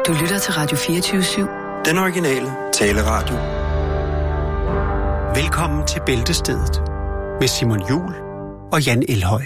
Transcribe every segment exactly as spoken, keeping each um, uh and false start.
Du lytter til Radio fireogtyve syv. Den originale taleradio. Velkommen til Bæltestedet med Simon Juhl og Jan Elhøj.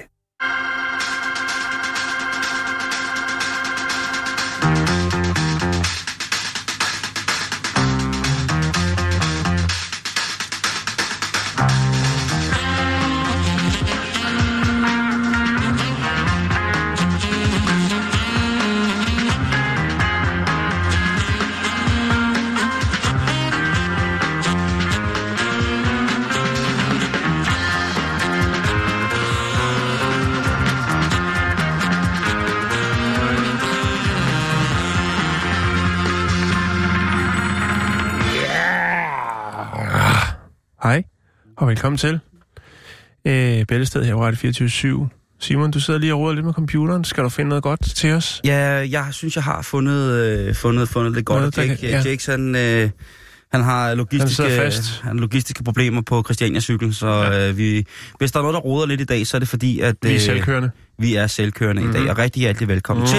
Hej, og velkommen til øh, Bæltestedet her på Radio fireogtyve syv. Simon, du sidder lige og roder lidt med computeren. Skal du finde noget godt til os? Ja, jeg synes, jeg har fundet, øh, fundet, fundet lidt godt. Noget, Jake, kan, ja. Jake han, øh, han har logistiske, han fast. Han logistiske problemer på Christiania-cyklen, så ja. øh, vi, hvis der er noget, der roder lidt i dag, så er det fordi, at... Vi er øh, selvkørende. Vi er selvkørende mm-hmm. i dag, og rigtig hjertelig velkommen mm. til.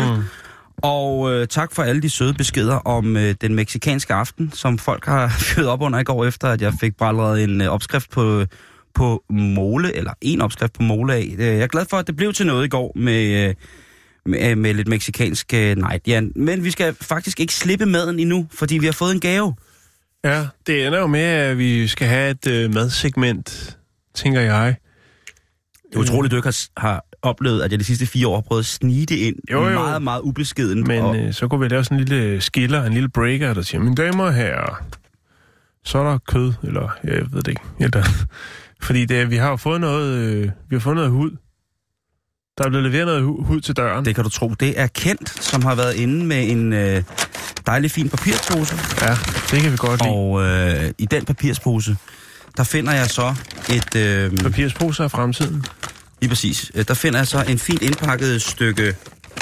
Og øh, tak for alle de søde beskeder om øh, den meksikanske aften, som folk har fyret op under i går, efter at jeg fik brællet en øh, opskrift på, på mole, eller en opskrift på mole af. Jeg er glad for, at det blev til noget i går med, øh, med, med lidt meksikansk øh, night, Jan. Men vi skal faktisk ikke slippe maden endnu, fordi vi har fået en gave. Ja, det ender jo med, at vi skal have et øh, madsegment, tænker jeg. Det er utroligt, du ikke har, har oplevet, at jeg de sidste fire år har prøvet at snige det ind. Jo, jo. Meget, meget ubeskeden. Men og... øh, så kunne vi lave sådan en lille skiller, en lille breaker, der siger, mine damer og herrer, så er der kød, eller ja, jeg ved det ikke. Eller, fordi det, vi har jo fået noget, øh, vi har fået noget hud. Der er blevet leveret noget hud, hud til døren. Det kan du tro. Det er Kent, som har været inde med en øh, dejlig fin papirspose. Ja, det kan vi godt lide. Og øh, i den papirspose, der finder jeg så et... Øh, Papirsposer af fremtiden. Lige præcis. Der finder jeg så en fint indpakket stykke,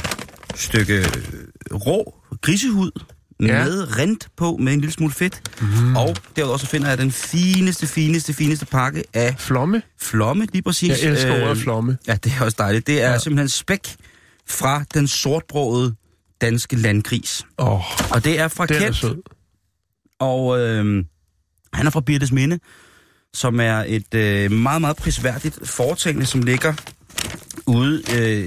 stykke rå grisehud, ja. Med rent på, med en lille smule fedt. Mm. Og derudover så finder jeg den fineste, fineste, fineste pakke af... Flomme? Flomme, lige præcis. Jeg elsker øh, ordet flomme. Ja, det er også dejligt. Det er ja. simpelthen spæk fra den sortbrogede danske landgris. Oh, og det er fra det Kent. Er og øh, han er fra Birtesminde, som er et øh, meget, meget prisværdigt foretagende, som ligger ude øh,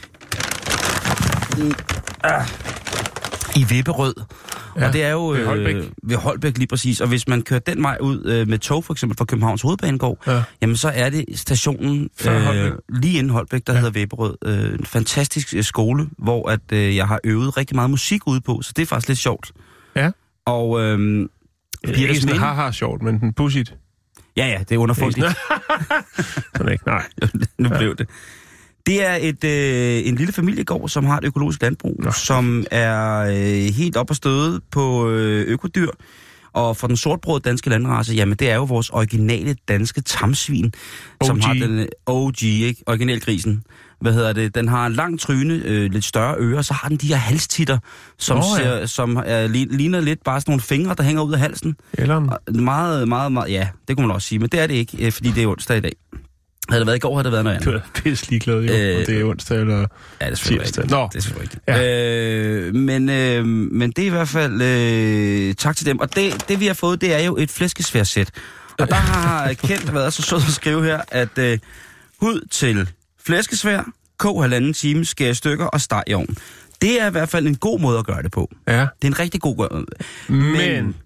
i, ah, i Vipperød. Ja, og det er jo øh, ved, Holbæk. ved Holbæk lige præcis. Og hvis man kører den vej ud øh, med tog, for eksempel fra Københavns Hovedbanegård, ja. jamen så er det stationen øh, lige inden Holbæk, der ja. hedder Vipperød. Øh, en fantastisk øh, skole, hvor at øh, jeg har øvet rigtig meget musik ude på, så det er faktisk lidt sjovt. Ja. Og øh, det er ikke sådan haha sjovt, men den pudsigt. Ja, ja, det er underfundigt. Sådan ikke, nej. Nu blev det. Det er et, øh, en lille familiegård, som har et økologisk landbrug, Nå. som er øh, helt op at støde på øh, økodyr. Og for den sortbrød danske landrace, jamen det er jo vores originale danske tamsvin, O G. som har den O G, ikke? Originalgrisen. Hvad hedder det? Den har en lang tryne, øh, lidt større ører, så har den de her halstitter, som, oh, ja. ser, som er, ligner lidt bare sådan nogle fingre, der hænger ud af halsen. Eller meget, meget, meget, ja, det kunne man også sige, men det er det ikke, fordi det er onsdag i dag. Havde det været i går, havde det været noget andet. Du er pisse ligeglad, jo, øh, og det er onsdag eller ja, det er selvfølgelig tirsdag. Nå. Det er selvfølgelig ikke. Ja. Øh, men, øh, men det er i hvert fald øh, tak til dem. Og det, det, vi har fået, det er jo et flæskesværsæt. Og der har Kent været så sød at skrive her, at øh, hud til flæskesvær, kog halvanden time, skære stykker og steg i ovnen. Det er i hvert fald en god måde at gøre det på. Ja. Det er en rigtig god måde. Men... men...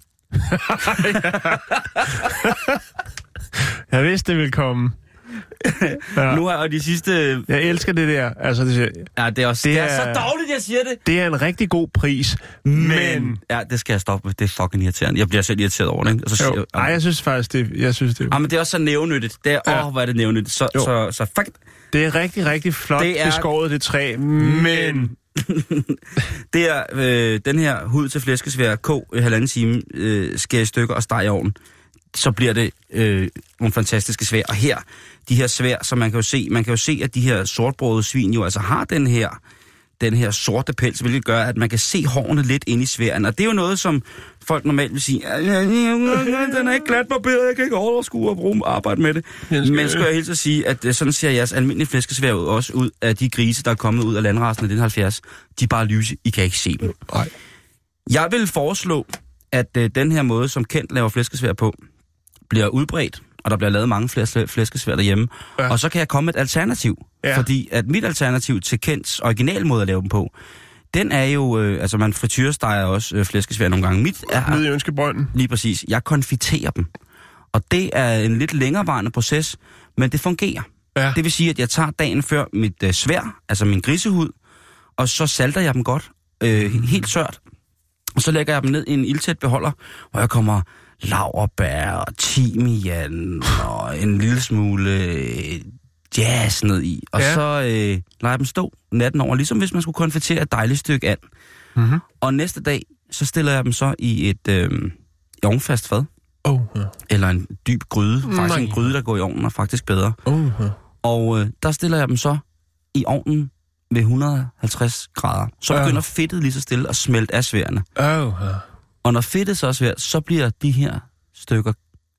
jeg vidste, det ville komme. Ja. Nu har de sidste... Jeg elsker det der. Altså, det, ja, det er, også, det, det er, er så dårligt, jeg siger det. Det er en rigtig god pris, men... men ja, det skal jeg stoppe med. Det er fucking irriterende. Jeg bliver selv irriteret over det, ikke? Og så, jo. Nej, jeg synes faktisk, det... Jeg synes, det... Ja, men det er også så nævnyttigt. Det er, ja. åh, hvor er det nævnyttigt. Så, så, så, så fuck... Det er rigtig, rigtig flot det er... beskåret, det træ, men... det er øh, den her hud til flæskesvær, kog i halvanden time, øh, skære i stykker og steg i ovnen. Så bliver det øh, nogle fantastiske svær. Og her, de her svær, som man kan jo se, man kan jo se, at de her sortbrødede svin jo altså har den her, den her sorte pels, hvilket gør, at man kan se hårene lidt inde i sværen. Og det er jo noget, som folk normalt vil sige, den er ikke glatbarberet, jeg kan ikke overskue at bruge arbejde med det. Men skal jeg helt så sige, at sådan ser jeres almindelige flæskesvær ud, også ud af de grise, der er kommet ud af landrasen i nitten halvfjerds. De er bare lyse, I kan ikke se dem. Nej. Jeg vil foreslå, at øh, den her måde, som Kent laver flæskesvær på, bliver udbredt, og der bliver lavet mange flere flæskesvær derhjemme. Ja. Og så kan jeg komme med et alternativ. Ja. Fordi at mit alternativ til Kents original måde at lave dem på, den er jo, øh, altså man frityresteger også øh, flæskesvær nogle gange. Mit er... Nede i ønskebrønden. Lige præcis. Jeg konfiterer dem. Og det er en lidt længerevarende proces, men det fungerer. Ja. Det vil sige, at jeg tager dagen før mit øh, svær, altså min grisehud, og så salter jeg dem godt, øh, helt tørt. Og så lægger jeg dem ned i en ildtæt beholder, hvor jeg kommer laurbær og timian og en lille smule øh, jazz ned i. Og ja. så øh, lader jeg dem stå natten over, ligesom hvis man skulle konfitere et dejligt stykke and. Mm-hmm. Og næste dag, så stiller jeg dem så i et øh, ovnfast fad. Oh, ja. Eller en dyb gryde. Faktisk Nej. en gryde, der går i ovnen, er faktisk bedre. Oh, ja. Og øh, der stiller jeg dem så i ovnen ved et hundrede og halvtreds grader. Så begynder uh. fedtet lige så stille at smelte af sværene. Uh, uh. Og når fedtet så er svært, så bliver de her stykker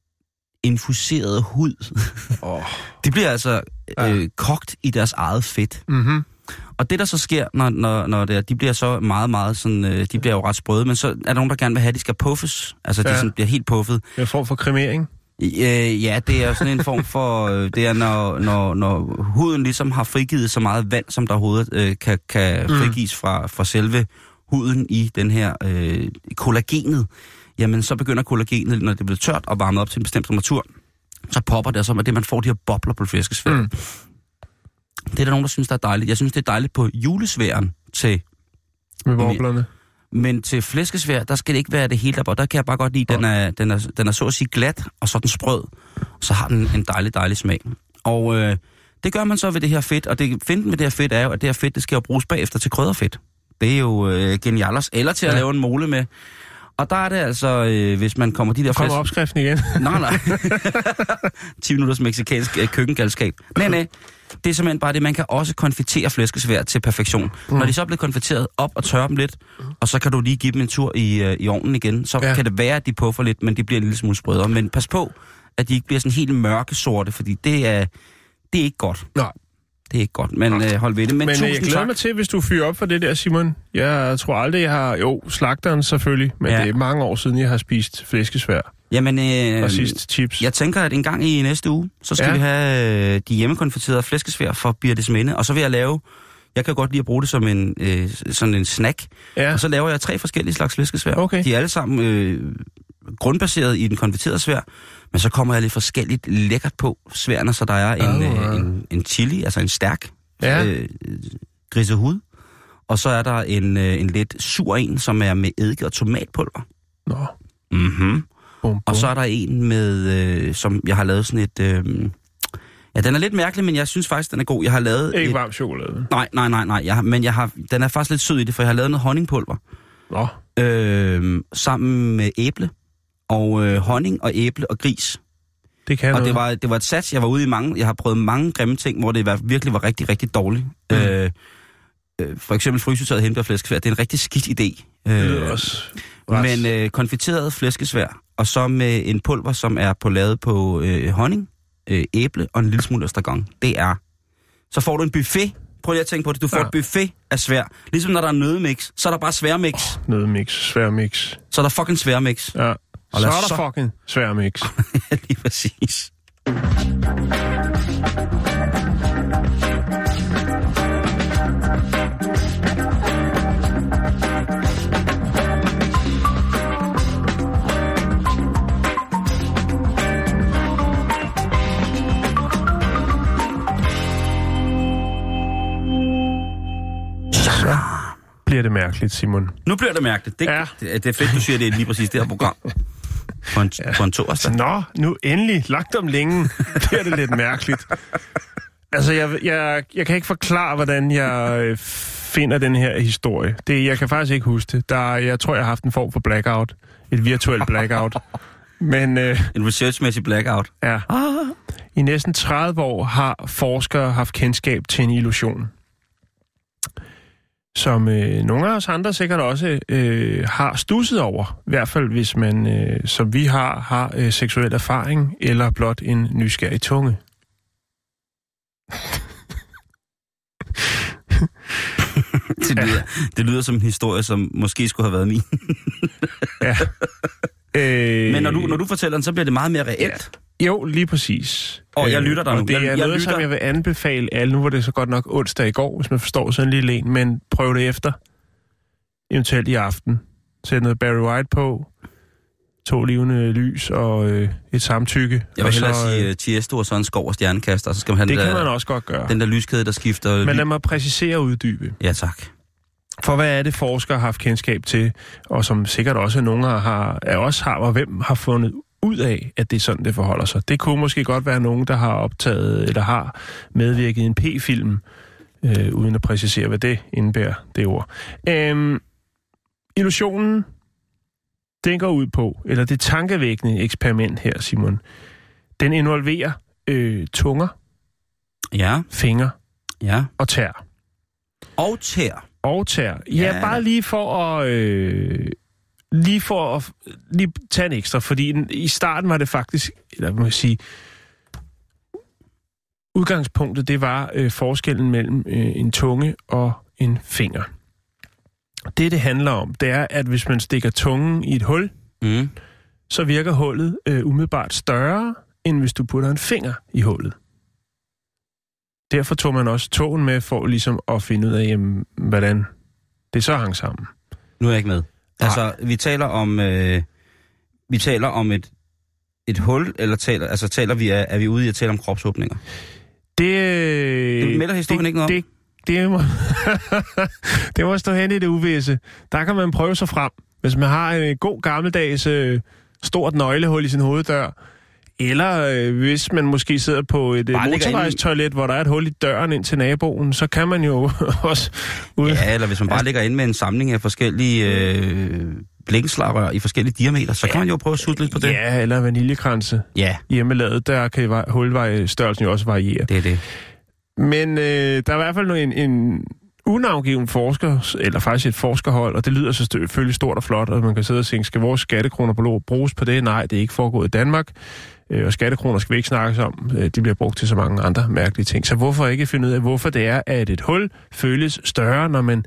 infuseret hud. oh. De bliver altså øh, kogt i deres eget fedt. Mm-hmm. Og det der så sker, når, når, når det er, de bliver så meget, meget sådan, øh, de bliver jo ret sprøde, men så er der nogen, der gerne vil have, at de skal puffes. Altså, ja. de sådan, bliver helt puffet. En form for kremering? Øh, ja, det er sådan en form for, øh, det er når, når, når huden ligesom har frigivet så meget vand, som der overhovedet øh, kan, kan mm. frigives fra, fra selve huden i den her øh, kollagenet. Jamen, så begynder kollagenet, når det bliver tørt og varmet op til en bestemt temperatur, så popper det, og så er det, man får de her bobler på flæskesvær. Mm. Det er der nogen, der synes, der er dejligt. Jeg synes, det er dejligt på julesværen til... Med boblerne. Men til flæskesvær, der skal det ikke være det hele der. Der kan jeg bare godt lide, at den er, den er, den er så at sige glat, og så er den sprød. Så har den en dejlig, dejlig smag. Og øh, det gør man så ved det her fedt. Og det finten med det her fedt er jo, at det her fedt, det skal jo bruges bagefter til krydderfedt. Det er jo øh, genialers. Eller til at ja. lave en mole med. Og der er det altså, øh, hvis man kommer de der... Kommer flæs... opskriften igen? nej, nej. ti minutters mexicansk øh, køkkengalskab. Nej, nej. Det er simpelthen bare det, man kan også konfitere flæskesvær til perfektion. Mm. Når de så er blevet konfiteret op og tørre dem lidt, og så kan du lige give dem en tur i, øh, i ovnen igen, så ja. kan det være, at de puffer lidt, men de bliver en lille smule sprødere. Men pas på, at de ikke bliver sådan helt mørke sorte, fordi det er, det er ikke godt. Nej. Det er ikke godt, men øh, hold ved det. Men, men jeg glæder tak. mig til, hvis du fyrer op for det der, Simon. Jeg tror aldrig, jeg har... Jo, slagteren selvfølgelig, men ja. det er mange år siden, jeg har spist flæskesvær. Jamen, øh, og sidst chips. Jeg tænker, at en gang i næste uge, så skal ja. vi have øh, de hjemmekonfiterede flæskesvær for Birtesminde, og så vil jeg lave... Jeg kan godt lide at bruge det som en, øh, sådan en snack. Ja. Og så laver jeg tre forskellige slags flæskesvær. Okay. De er alle sammen øh, grundbaseret i den konfiterede svær, men så kommer jeg lidt forskelligt lækkert på sværene, så der er en, oh, øh, en, en chili, altså en stærk ja. øh, grisehud, og så er der en, øh, en lidt sur en, som er med eddike og tomatpulver. Nå. Mhm. Bum, bum. Og så er der en med, øh, som jeg har lavet sådan et... Øh, ja, den er lidt mærkelig, men jeg synes faktisk, den er god. Jeg har lavet... Ikke et, varm chokolade. Nej, nej, nej, nej. Jeg har, men jeg har, den er faktisk lidt sød i det, for jeg har lavet noget honningpulver. Nå. Øh, sammen med æble. Og øh, honning og æble og gris. Det kan Og det var, det var et sats, jeg var ude i mange... Jeg har prøvet mange grimme ting, hvor det var, virkelig var rigtig, rigtig dårligt. Mm. Øh, øh, for eksempel frysetørret hindbærflæskesvær. Det er en rigtig skidt idé. Øh, også men øh, konfiteret flæskesvær, og så med en pulver, som er på lavet på øh, honning, øh, æble og en lille smule østragon. Det er... Så får du en buffet. Prøv lige at tænke på det. Du får ja. et buffet af svær. Ligesom når der er nødemix, så er der bare sværmix. Oh, nødemix, sværmix. Så er der fucking sværmix. Ja. Og så er der så... fucking sværmix. Lige præcis. Så bliver det mærkeligt, Simon. Nu bliver det mærkeligt. Det, ja. det, det er fedt, du siger, det er lige præcis det her program. På en, ja. på en torsdag. Nå, nu endelig, lagt om længe, bliver det lidt mærkeligt. Altså, jeg, jeg, jeg kan ikke forklare, hvordan jeg finder den her historie. Det, jeg kan faktisk ikke huske det. Der, jeg tror, jeg har haft en form for blackout. Et virtuelt blackout. Men, øh, en researchmæssig blackout. Ja. I næsten tredive år har forskere haft kendskab til en illusion, som øh, nogle af os andre sikkert også øh, har stusset over. I hvert fald, hvis man, øh, som vi har, har øh, seksuel erfaring eller blot en nysgerrig tunge. det, lyder, det lyder som en historie, som måske skulle have været min. Ja. Øh... Men når du, når du fortæller den, så bliver det meget mere reelt. Ja. Jo, lige præcis. Og jeg lytter dig og nu. det er jeg, jeg noget, lytter... som jeg vil anbefale alle. Nu var det så godt nok onsdag i går, hvis man forstår sådan en lille en, men prøv det efter. Eventuelt i aften. Sæt noget Barry White på. To levende lys og øh, et samtykke. Jeg vil hellere så, sige uh, Tiesto og så en skov og stjernekaster, og så skal man have det den kan der, man også godt gøre. den der lyskæde, der skifter... Men lad mig præcisere og uddybe. Ja, tak. For hvad er det, forskere har haft kendskab til, og som sikkert også nogle har, er også har, og hvem har fundet ud af, at det er sådan, det forholder sig. Det kunne måske godt være nogen, der har optaget eller har medvirket i en P-film, øh, uden at præcisere, hvad det indebærer, det ord. Øhm, illusionen, den går ud på, eller det tankevækkende eksperiment her, Simon, den involverer øh, tunger, Ja. fingre Ja. og tær. Og tær. Og tær. Ja, Ja. bare lige for at... Øh, lige for at lige tage en ekstra, fordi i starten var det faktisk, eller må jeg sige, udgangspunktet, det var øh, forskellen mellem øh, en tunge og en finger. Det, det handler om, det er, at hvis man stikker tungen i et hul, Mm. så virker hullet øh, umiddelbart større, end hvis du putter en finger i hullet. Derfor tog man også tågen med for ligesom at finde ud af, jamen, hvordan det så hang sammen. Nu er jeg ikke med. Altså, vi taler om, øh, vi taler om et, et hul, eller taler, altså taler vi, er, er vi ude i at tale om kropsåbninger? Det, øh, Det melder historien det, ikke noget om. det, det, må, det må stå hen i det uvisse. Der kan man prøve sig frem. Hvis man har en god gammeldags øh, stort nøglehul i sin hoveddør, eller øh, hvis man måske sidder på et øh, Bare ligger motorvejstoilet, hvor der er et hul i døren ind til naboen, så kan man jo også... Ud... Ja, eller hvis man bare ligger inde med en samling af forskellige øh, blikkenslager i forskellige diameter, så kan man jo prøve at sutte lidt på det. Ja, eller vaniljekranse. Ja, Hjemmelavet, der kan hulstørrelsen jo også variere. det er det. Men øh, der er i hvert fald en, en unavngiven forsker, eller faktisk et forskerhold, og det lyder så selvfølgelig stort og flot, og man kan sidde og tænke, skal vores skattekroner på lov bruges på det? Nej, det er ikke foregået i Danmark, øh, og skattekroner skal vi ikke snakke om. Øh, de bliver brugt til så mange andre mærkelige ting. Så hvorfor ikke finde ud af, hvorfor det er, at et hul føles større, når man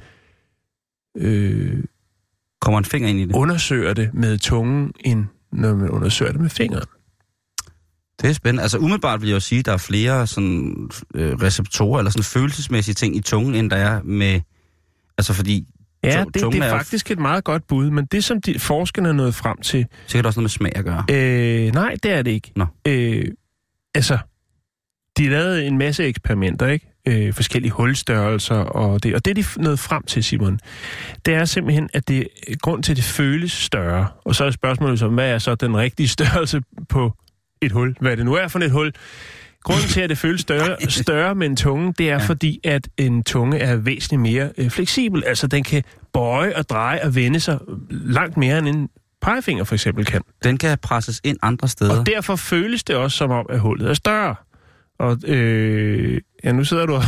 øh, Kommer en finger ind i det? undersøger det med tungen, end når man undersøger det med fingeren? Det er spændende. Altså umiddelbart vil jeg jo sige, at der er flere sådan, øh, receptorer, eller sådan følelsesmæssige ting i tungen, end der er med... Altså fordi... Ja, to, det, det er, er faktisk et meget godt bud, men det, som de forskerne er nået frem til... Sikkert også noget med smag at gøre. Øh, nej, det er det ikke. Nå. Øh, altså, de lavede en masse eksperimenter, ikke? Øh, forskellige hulstørrelser og det. Og det, de nåede frem til, Simon, det er simpelthen, at det grund til, at det føles større. Og så er spørgsmålet så, hvad er så den rigtige størrelse på et hul? Hvad det nu er for et hul? Grunden til, at det føles større, større med en tunge, det er ja. fordi, at en tunge er væsentligt mere øh, fleksibel. Altså, den kan bøje og dreje og vende sig langt mere, end en pegefinger for eksempel kan. Den kan presses ind andre steder. Og derfor føles det også som om, at hullet er større. Og øh, ja, nu sidder du...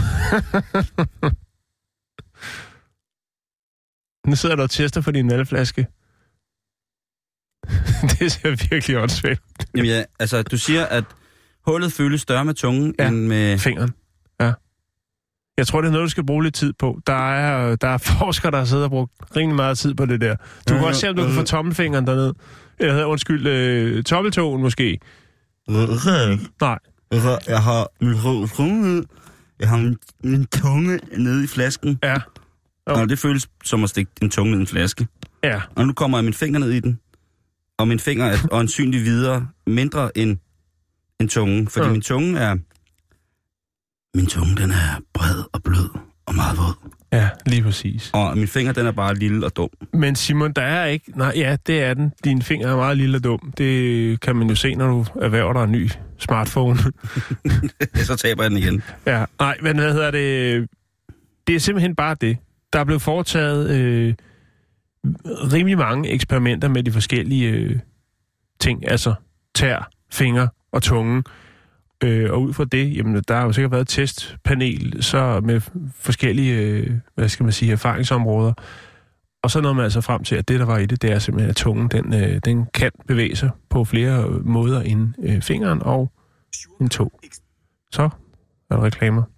nu sidder du og tester på din valgflaske. Det ser virkelig åndssvagt. Jamen ja, altså du siger, at hullet føles større med tungen ja. end med... fingeren. Ja. Jeg tror, det er noget, du skal bruge lidt tid på. Der er, der er forskere, der har siddet og brugt rimelig meget tid på det der. Du kan også se, om du kan få tommelfingeren derned. Eller undskyld, øh, tommeltåen måske. Nej. Jeg har min tunge, jeg har min, min tunge nede i flasken. Ja. Oh. Og det føles som at stikke en tunge ned i en flaske. Ja. Og nu kommer jeg min finger ned i den. Og min finger er øjensynligt videre mindre end en tunge. Fordi ja. min tunge er... Min tunge, den er bred og blød og meget våd. Ja, lige præcis. Og min finger, den er bare lille og dum. Men Simon, der er ikke... Nej, ja, det er den. Din finger er meget lille og dum. Det kan man jo se, når du erhverver dig en ny smartphone. Så taber jeg den igen. Ja, nej, men hvad hedder det? Det er simpelthen bare det. Der er blevet foretaget øh, rimelig mange eksperimenter med de forskellige øh, ting. Altså tær, fingre og tunge. Øh, og ud fra det, jamen, der har jo sikkert været et testpanel så med forskellige, øh, hvad skal man sige, erfaringsområder. Og så nåede man altså frem til, at det, der var i det, det er simpelthen, at tungen, den, øh, den kan bevæge sig på flere måder end øh, fingeren og en tog. Så er der reklamer.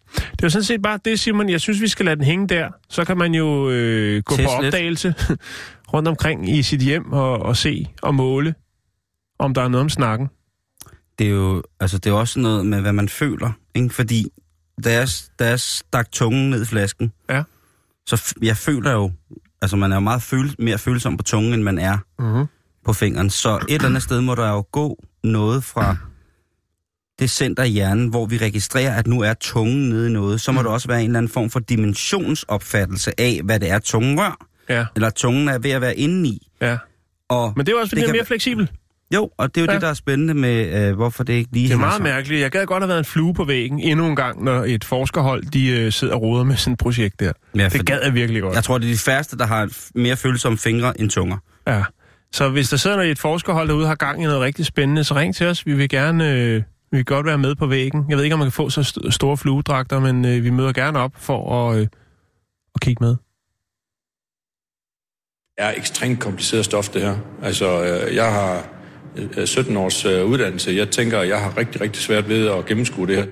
Det er jo sådan set bare det, Simon. Jeg synes, vi skal lade den hænge der. Så kan man jo øh, gå Test på opdagelse rundt omkring i sit hjem og, og se og måle, om der er noget om snakken. Det er jo altså, det er også noget med, hvad man føler, ikke? Fordi da jeg, da jeg stak tungen ned i flasken, ja. så f- jeg føler jo, altså man er jo meget føle, mere følsom på tungen, end man er mm-hmm. på fingeren. Så et eller andet sted må der jo gå noget fra det center i hjernen, hvor vi registrerer, at nu er tungen nede i noget. Så må mm. der også være en eller anden form for dimensionsopfattelse af, hvad det er, tungen rør. Ja. Eller tungen er ved at være inde i. Ja. Og men det er jo også, fordi det er mere fleksibel. Jo, og det er jo ja. det, der er spændende med, øh, hvorfor det ikke lige... Det er meget mærkeligt. Jeg gad godt have været en flue på væggen endnu en gang, når et forskerhold de, øh, sidder og roder med sådan et projekt der. Ja, det gad jeg virkelig godt. Jeg tror, det er de færreste, der har mere følsomme fingre end tunger. Ja, så hvis der sidder et forskerhold derude og har gang i noget rigtig spændende, så ring til os. Vi vil gerne øh, vi vil godt være med på væggen. Jeg ved ikke, om man kan få så st- store fluedragter, men øh, vi møder gerne op for at, øh, at kigge med. Det er ekstremt kompliceret stof, det her. Altså, øh, jeg har sytten års øh, uddannelse. Jeg tænker, at jeg har rigtig, rigtig svært ved at gennemskue det her.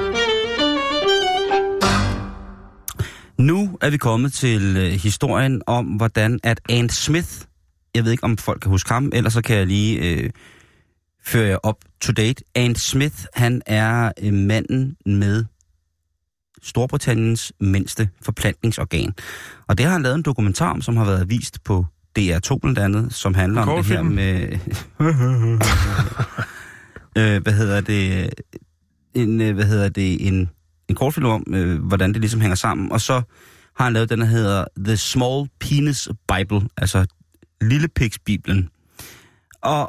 Nu er vi kommet til øh, historien om, hvordan at Anne Smith, jeg ved ikke, om folk kan huske ham, ellers så kan jeg lige øh, føre jer up to date. Anne Smith, han er øh, manden med Storbritanniens mindste forplantningsorgan. Og det har han lavet en dokumentar om, som har været vist på D R to blandt andet, som handler om det her med... øh, hvad hedder det? En, hvad hedder det? En, en kortfilm om, øh, hvordan det ligesom hænger sammen. Og så har han lavet den, der hedder The Small Penis Bible, altså Lillepigs-bibelen. Og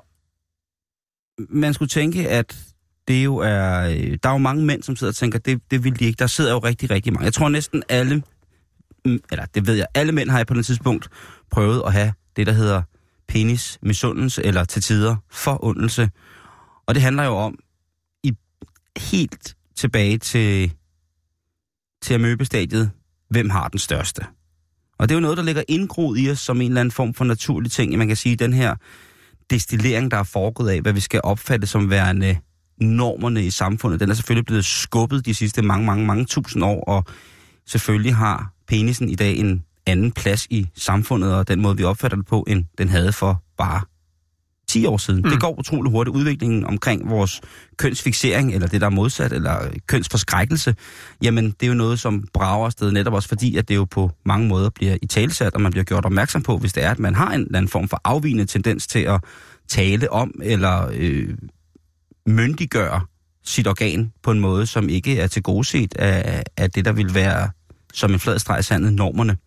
man skulle tænke, at det jo er... Der er jo mange mænd, som sidder og tænker, det, det vil de ikke. Der sidder jo rigtig, rigtig mange. Jeg tror næsten alle... Eller det ved jeg, alle mænd har jeg på den tidspunkt prøvet at have det, der hedder penis, misundelse, eller til tider forundelse. Og det handler jo om, i helt tilbage til, til amøbestadiet, hvem har den største. Og det er jo noget, der ligger indgroet i os som en eller anden form for naturlig ting. Man kan sige, den her destillering, der er foregået af, hvad vi skal opfatte som værende normerne i samfundet, den er selvfølgelig blevet skubbet de sidste mange, mange, mange tusind år, og selvfølgelig har penisen i dag en anden plads i samfundet, og den måde, vi opfatter det på, end den havde for bare ti år siden. Mm. Det går utrolig hurtigt. Udviklingen omkring vores kønsfiksering, eller det, der er modsat, eller kønsforskrækkelse, jamen, det er jo noget, som brager afsted, netop også fordi, at det jo på mange måder bliver italesat, og man bliver gjort opmærksom på, hvis det er, at man har en eller anden form for afvigende tendens til at tale om, eller øh, myndiggøre sit organ på en måde, som ikke er tilgodeset af, af det, der vil være som en flad streg i sandet, normerne.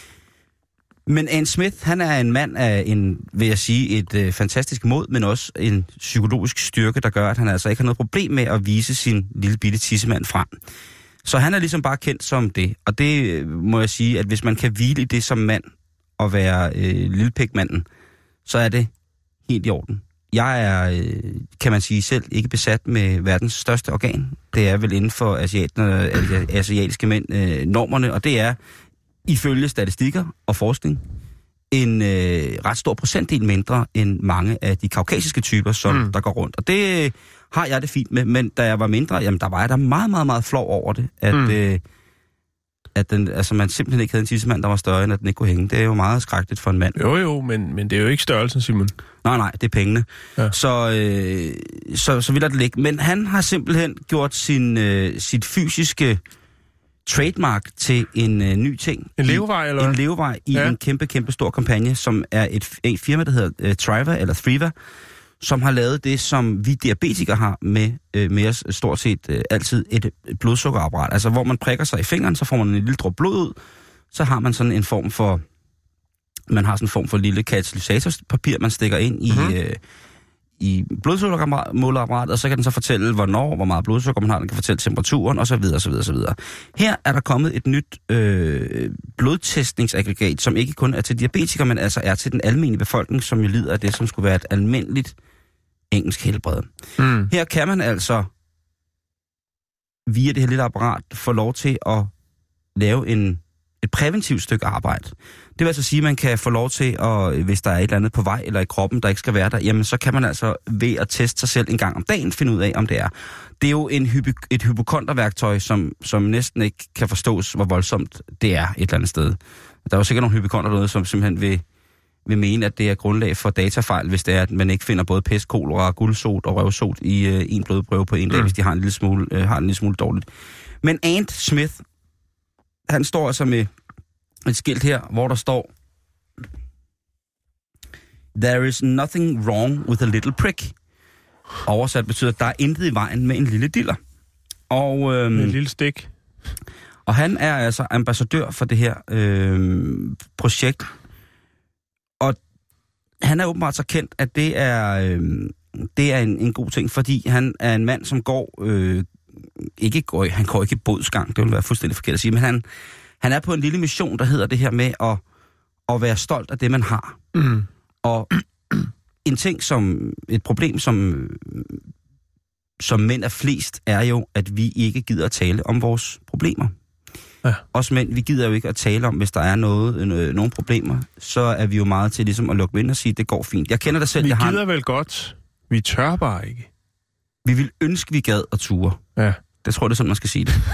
Men Anne Smith, han er en mand af en, vil jeg sige, et øh, fantastisk mod, men også en psykologisk styrke, der gør, at han altså ikke har noget problem med at vise sin lille bitte tissemand frem. Så han er ligesom bare kendt som det. Og det øh, må jeg sige, at hvis man kan hvile i det som mand, og være øh, lillepigmanden, så er det helt i orden. Jeg er, øh, kan man sige, selv ikke besat med verdens største organ. Det er vel inden for asiaterne, asiatiske mænd øh, normerne, og det er ifølge statistikker og forskning en øh, ret stor procentdel mindre end mange af de kaukasiske typer, som mm. der går rundt. Og det øh, har jeg det fint med, men da jeg var mindre, jamen der var jeg da meget, meget, meget flov over det, at, mm. øh, at den, altså, man simpelthen ikke havde en tissemand, der var større, end at den ikke kunne hænge. Det er jo meget skrækkeligt for en mand. Jo jo, men, men det er jo ikke størrelsen, Simon. Nej, nej, det er pengene. Ja. Så, øh, så, så vil det ligge. Men han har simpelthen gjort sin, øh, sit fysiske trademark til en øh, ny ting. En levevej, eller En levevej i ja. en kæmpe, kæmpe stor kampagne, som er et, et firma, der hedder øh, Thriva, eller Thriva, som har lavet det, som vi diabetikere har med, øh, med os stort set øh, altid et, et blodsukkerapparat. Altså, hvor man prikker sig i fingeren, så får man en lille drop blod ud, så har man sådan en form for, man har sådan en form for lille katalysatorpapir, man stikker ind i, mm-hmm. øh, i blodsukkermålerapparatet, og så kan den så fortælle, hvornår, hvor meget blodsukker man har, den kan fortælle temperaturen, og så videre, så videre, så videre. Her er der kommet et nyt øh, blodtestningsaggregat, som ikke kun er til diabetikere, men altså er til den almindelige befolkning, som jo lider af det, som skulle være et almindeligt engelsk helbred. Mm. Her kan man altså via det her lille apparat få lov til at lave en, et præventivt stykke arbejde. vil altså sige, at man kan få lov til, at, hvis der er et eller andet på vej, eller i kroppen, der ikke skal være der, jamen så kan man altså ved at teste sig selv en gang om dagen finde ud af, om det er. Det er jo en hypo, et hypokonterværktøj, som, som næsten ikke kan forstås, hvor voldsomt det er et eller andet sted. Der er jo sikkert nogle hypokonter derude, som simpelthen vil, vil mene, at det er grundlag for datafejl, hvis det er, at man ikke finder både pest, kolera, guldsot og røvsot i øh, en blodprøve på en dag, mm. hvis de har en lille smule, øh, har en lille smule dårligt. Men Ant Smith, han står altså med et skilt her, hvor der står: There is nothing wrong with a little prick. Oversat betyder, at der er intet i vejen med en lille diller. Og, øhm, en lille stik. Og han er altså ambassadør for det her øhm, projekt. Og han er åbenbart så kendt, at det er, øhm, det er en, en god ting, fordi han er en mand, som går... Øh, ikke går, han går ikke i bodsgang, det vil være fuldstændig forkert at sige, men han, han er på en lille mission, der hedder det her med at, at være stolt af det, man har. Mm. Og en ting som, et problem som, som mænd er flest, er jo, at vi ikke gider at tale om vores problemer. Ja. Os mænd, vi gider jo ikke at tale om, hvis der er noget, øh, nogle problemer, så er vi jo meget til ligesom at lukke vind og sige, det går fint. Jeg kender det selv. Vi jeg gider har en... vel godt, vi tør bare ikke. Vi vil ønske, vi gad at ture. Ja. Det tror jeg, det er sådan, man skal sige det.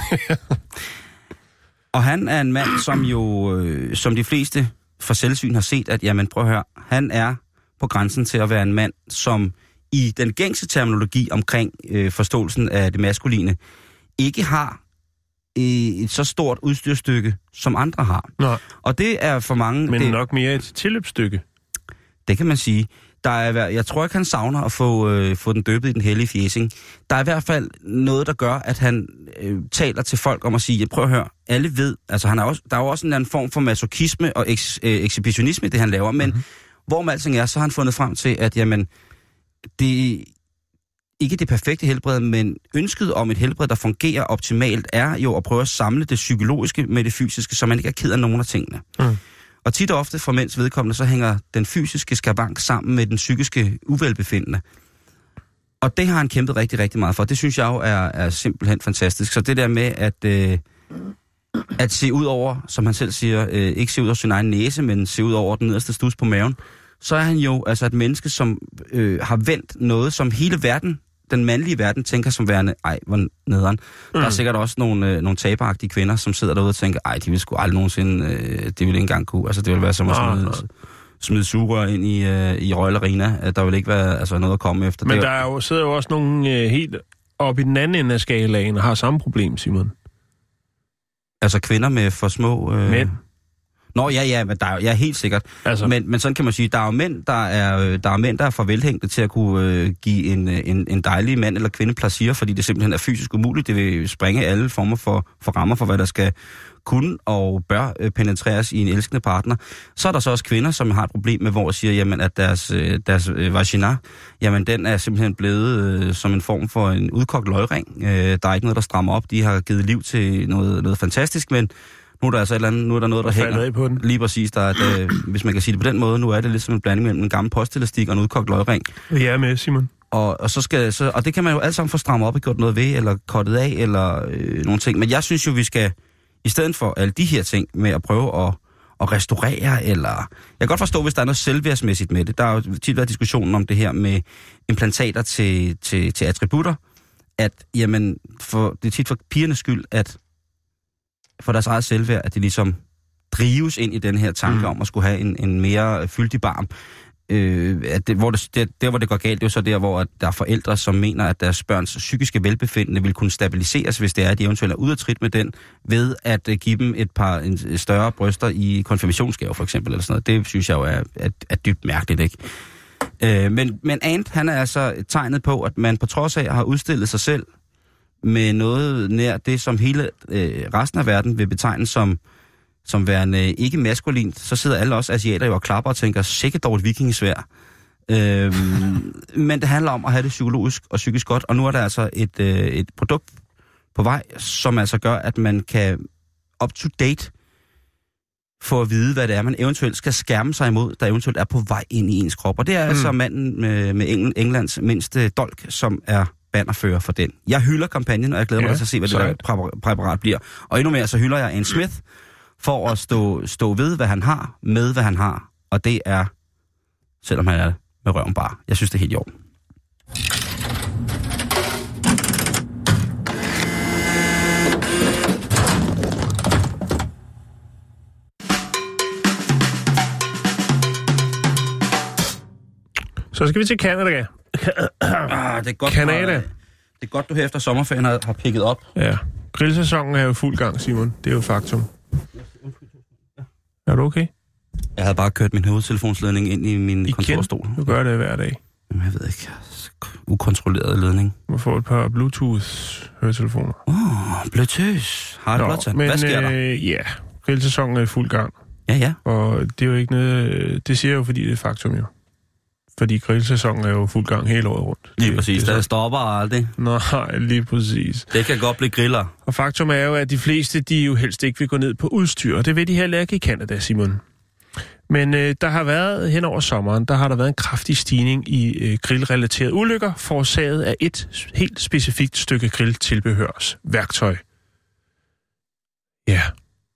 Og han er en mand, som jo, øh, som de fleste for selvsyn har set, at, jamen prøv at høre, han er på grænsen til at være en mand, som i den gængse terminologi omkring øh, forståelsen af det maskuline, ikke har øh, et så stort udstyrstykke, som andre har. Nå. Og det er for mange... Men det, nok mere et tilløbsstykke. Det kan man sige. Der er, jeg tror ikke, han savner at få, øh, få den døbet i den hellige fjæsing. Der er i hvert fald noget, der gør, at han øh, taler til folk om at sige, prøv at høre, alle ved, altså han er også, der er jo også en anden form for masochisme og eks, øh, ekshibitionisme, det han laver, men mm-hmm. hvor man alting er, så har han fundet frem til, at jamen, det ikke det perfekte helbred, men ønsket om et helbred, der fungerer optimalt, er jo at prøve at samle det psykologiske med det fysiske, så man ikke er ked af nogen af tingene. Mm. Og tit og ofte for mænds vedkommende, så hænger den fysiske skavank sammen med den psykiske uvelbefindende. Og det har han kæmpet rigtig, rigtig meget for. Det synes jeg jo er, er simpelthen fantastisk. Så det der med at, øh, at se ud over, som han selv siger, øh, ikke se ud over sin egen næse, men se ud over den nederste stus på maven, så er han jo altså et menneske, som øh, har vendt noget, som hele verden, den mandlige verden, tænker som værende, ej, hvor nederen. Mm. Der er sikkert også nogle, øh, nogle taberagtige kvinder, som sidder derude og tænker, ej, de vil sgu aldrig nogensinde, øh, det vil ikke engang kunne. Altså, det vil være som at smide, smide sugerør ind i, øh, i Royal Arena. Der vil ikke være altså, noget at komme efter. Men det der er jo, sidder jo også nogle øh, helt oppe i den anden ende af skalaen og har samme problem, Simon. Altså kvinder med for små... Øh... Mænd. Nå, ja, ja, men der er, ja, helt sikkert. Altså. Men, men sådan kan man sige, der er jo mænd, der er, der er, mænd, der er for velhængte til at kunne øh, give en, en, en dejlig mand eller kvinde plaisir, fordi det simpelthen er fysisk umuligt. Det vil sprænge alle former for, for rammer for, hvad der skal kunne og bør øh, penetreres i en elskende partner. Så er der så også kvinder, som har et problem med, hvor siger, jamen, at deres, øh, deres øh, vagina, jamen, den er simpelthen blevet øh, som en form for en udkogt løgring. Øh, der er ikke noget, der strammer op. De har givet liv til noget, noget fantastisk, men nu er der altså et eller andet, nu er der noget, der hænger. På den. Lige præcis, der, der, hvis man kan sige det på den måde, nu er det lidt som en blanding mellem en gammel postelastik og en udkogt løgring. Jeg er med, Simon. Og, og, så skal, så, og det kan man jo alle sammen få strammet op og gjort noget ved, eller kottet af, eller øh, nogle ting. Men jeg synes jo, vi skal, i stedet for alle de her ting, med at prøve at, at restaurere, eller... Jeg kan godt forstå, hvis der er noget selvværdsmæssigt med det. Der har jo tit været diskussionen om det her med implantater til, til, til attributter, at jamen, for, det er tit for pigernes skyld, at for deres eget selvværd, at de ligesom drives ind i den her tanke mm. om at skulle have en, en mere fyldig barm. Øh, at det, hvor det, det, der, hvor det går galt, det er jo så der, hvor der er forældre, som mener, at deres børns psykiske velbefindende vil kunne stabiliseres, hvis det er, at de eventuelt er ude af trit med den, ved at uh, give dem et par en, større bryster i konfirmationsgave, for eksempel, eller sådan noget. Det synes jeg jo er, er, er dybt mærkeligt, ikke? Øh, men, men Ant, han er altså tegnet på, at man på trods af har udstillet sig selv med noget nær det, som hele øh, resten af verden vil betegne som, som værende ikke maskulint, så sidder alle os asiater jo og klapper og tænker, sikkert dog et vikingesvær. Øhm, men det handler om at have det psykologisk og psykisk godt, og nu er der altså et, øh, et produkt på vej, som altså gør, at man kan up to date få at vide, hvad det er, man eventuelt skal skærme sig imod, der eventuelt er på vej ind i ens krop. Og det er mm. altså manden med, med Engl- Englands mindste dolk, som er bannerfører for den. Jeg hylder kampagnen, og jeg glæder mig ja, til at se, hvad det der præparat bliver. Og endnu mere, så hylder jeg Ant Smith, for at stå, stå ved, hvad han har, med hvad han har. Og det er, selvom han er med røven bare. Jeg synes, det er helt i orden. Så skal vi til Canada. Ah, det er godt, Canada. Det er godt, du her efter sommerferien har, har pikket op. Ja, grillsæsonen er jo fuld gang, Simon. Det er jo faktum. Er du okay? Jeg havde bare kørt min hovedtelefonsledning ind i min Igen? kontorstol. Du gør det hver dag. Jamen, jeg ved ikke. Ukontrolleret ledning. Du får et par Bluetooth-høretelefoner. Åh, oh, Bluetooth. Har det blot men Hvad sker der? Øh, ja, grillsæsonen er i fuld gang. Ja, ja. Og det er jo ikke noget... Det siger jeg jo, fordi det er faktum jo. Fordi grillsæsonen er jo fuld gang hele året rundt. Lige det, præcis, det der stopper aldrig. Nej, lige præcis. Det kan godt blive griller. Og faktum er jo, at de fleste, de jo helst ikke vil gå ned på udstyr. Og det vil de heller ikke i Canada, Simon. Men øh, der har været hen over sommeren, der har der været en kraftig stigning i øh, grillrelaterede ulykker, forårsaget af et helt specifikt stykke grilltilbehørs værktøj. Ja.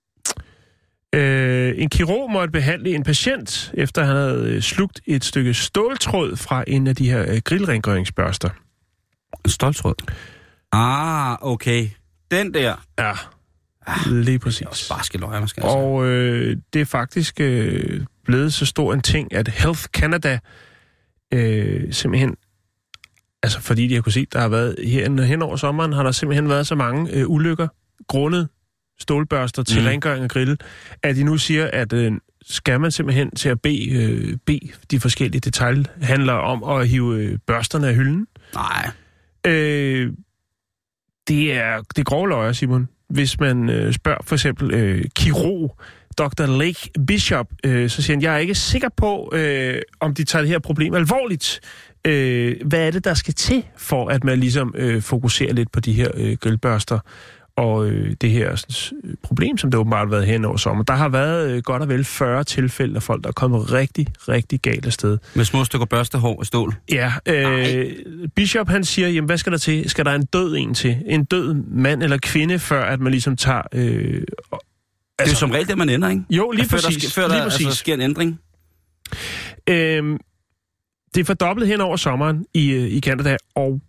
Øh, en kirurg måtte behandle en patient, efter han havde øh, slugt et stykke ståltråd fra en af de her øh, grillrengøringsbørster. En ståltråd? Ah, okay. Den der. Ja, ah, lige præcis. Barske løjer, man skal altså. Og øh, det er faktisk øh, blevet så stor en ting, at Health Canada øh, simpelthen, altså fordi de har kunne se, der har været her hen over sommeren, har der simpelthen været så mange øh, ulykker grundet stålbørster til mm. rengøring af grill, at de nu siger, at øh, skal man simpelthen til at bede, øh, bede de forskellige detailhandlere om at hive øh, børsterne af hylden. Nej. Øh, det er det grove løjer, Simon. Hvis man øh, spørger for eksempel øh, kirurg doktor Lake Bishop, øh, så siger han, jeg er ikke sikker på, øh, om de tager det her problem alvorligt. Øh, hvad er det, der skal til, for at man ligesom øh, fokuserer lidt på de her øh, grillbørster? Og øh, det her sådan, problem, som det åbenbart har været hen over sommer. Der har været øh, godt og vel fyrre tilfælde af folk, der er kommet rigtig, rigtig galt af sted. Med små stykker børstehår og stål? Ja. Øh, Bishop, han siger, jamen hvad skal der til? Skal der en død en til? En død mand eller kvinde, før at man ligesom tager... Øh, altså, det er jo som regel det, man ender, ikke? Jo, lige før præcis. Der, før der lige præcis. Altså, sker en ændring? Øh, det er fordoblet hen over sommeren i, i Canada, og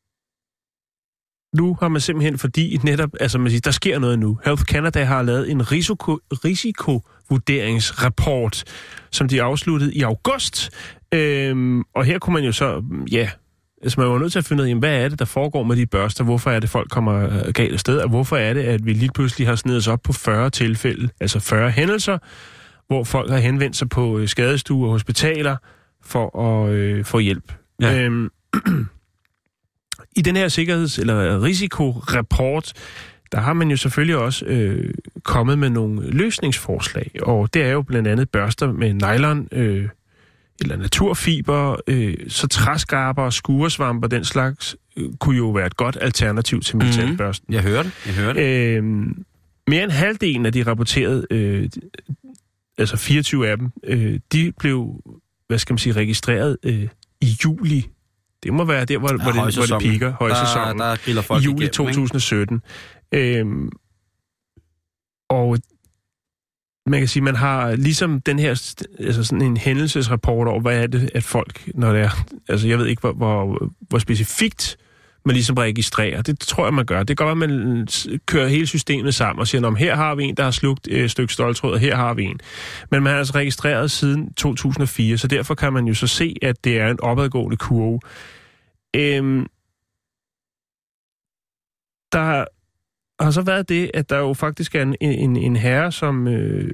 nu har man simpelthen, fordi netop, altså man siger, der sker noget nu. Health Canada har lavet en risiko, risikovurderingsrapport, som de afsluttede i august. Øhm, og her kunne man jo så, ja, altså man var nødt til at finde ud af, hvad er det, der foregår med de børster? Hvorfor er det, folk kommer galt af sted? Og hvorfor er det, at vi lige pludselig har snedet os op på fyrre tilfælde, altså fyrre hændelser, hvor folk har henvendt sig på skadestuer og hospitaler for at øh, få hjælp. Ja. Øhm, I den her sikkerheds- eller risikorapport, der har man jo selvfølgelig også øh, kommet med nogle løsningsforslag, og det er jo blandt andet børster med nylon øh, eller naturfiber, øh, så træskarper og skuresvamper, den slags, øh, kunne jo være et godt alternativ til metalbørsten. Mm, jeg hører det, jeg hører det. Øh, mere end halvdelen af de rapporterede, øh, altså fireogtyve af dem, øh, de blev, hvad skal man sige, registreret øh, i juli. Det må være der, hvor, ja, hvor, det, hvor det piker, højsæsonen, der, der folk i juli igennem, to tusind sytten. Øhm, og man kan sige, man har ligesom den her, altså sådan en hændelsesrapport over, hvad er det, at folk, når det er, altså jeg ved ikke, hvor, hvor, hvor specifikt man ligesom registrerer. Det tror jeg, man gør. Det gør, at man kører hele systemet sammen og siger, her har vi en, der har slugt et stykke ståltråd, og her har vi en. Men man har altså registreret siden to tusind og fire, så derfor kan man jo så se, at det er en opadgående kurve. Øhm, der har så været det, at der jo faktisk er en, en, en herre, som, øh,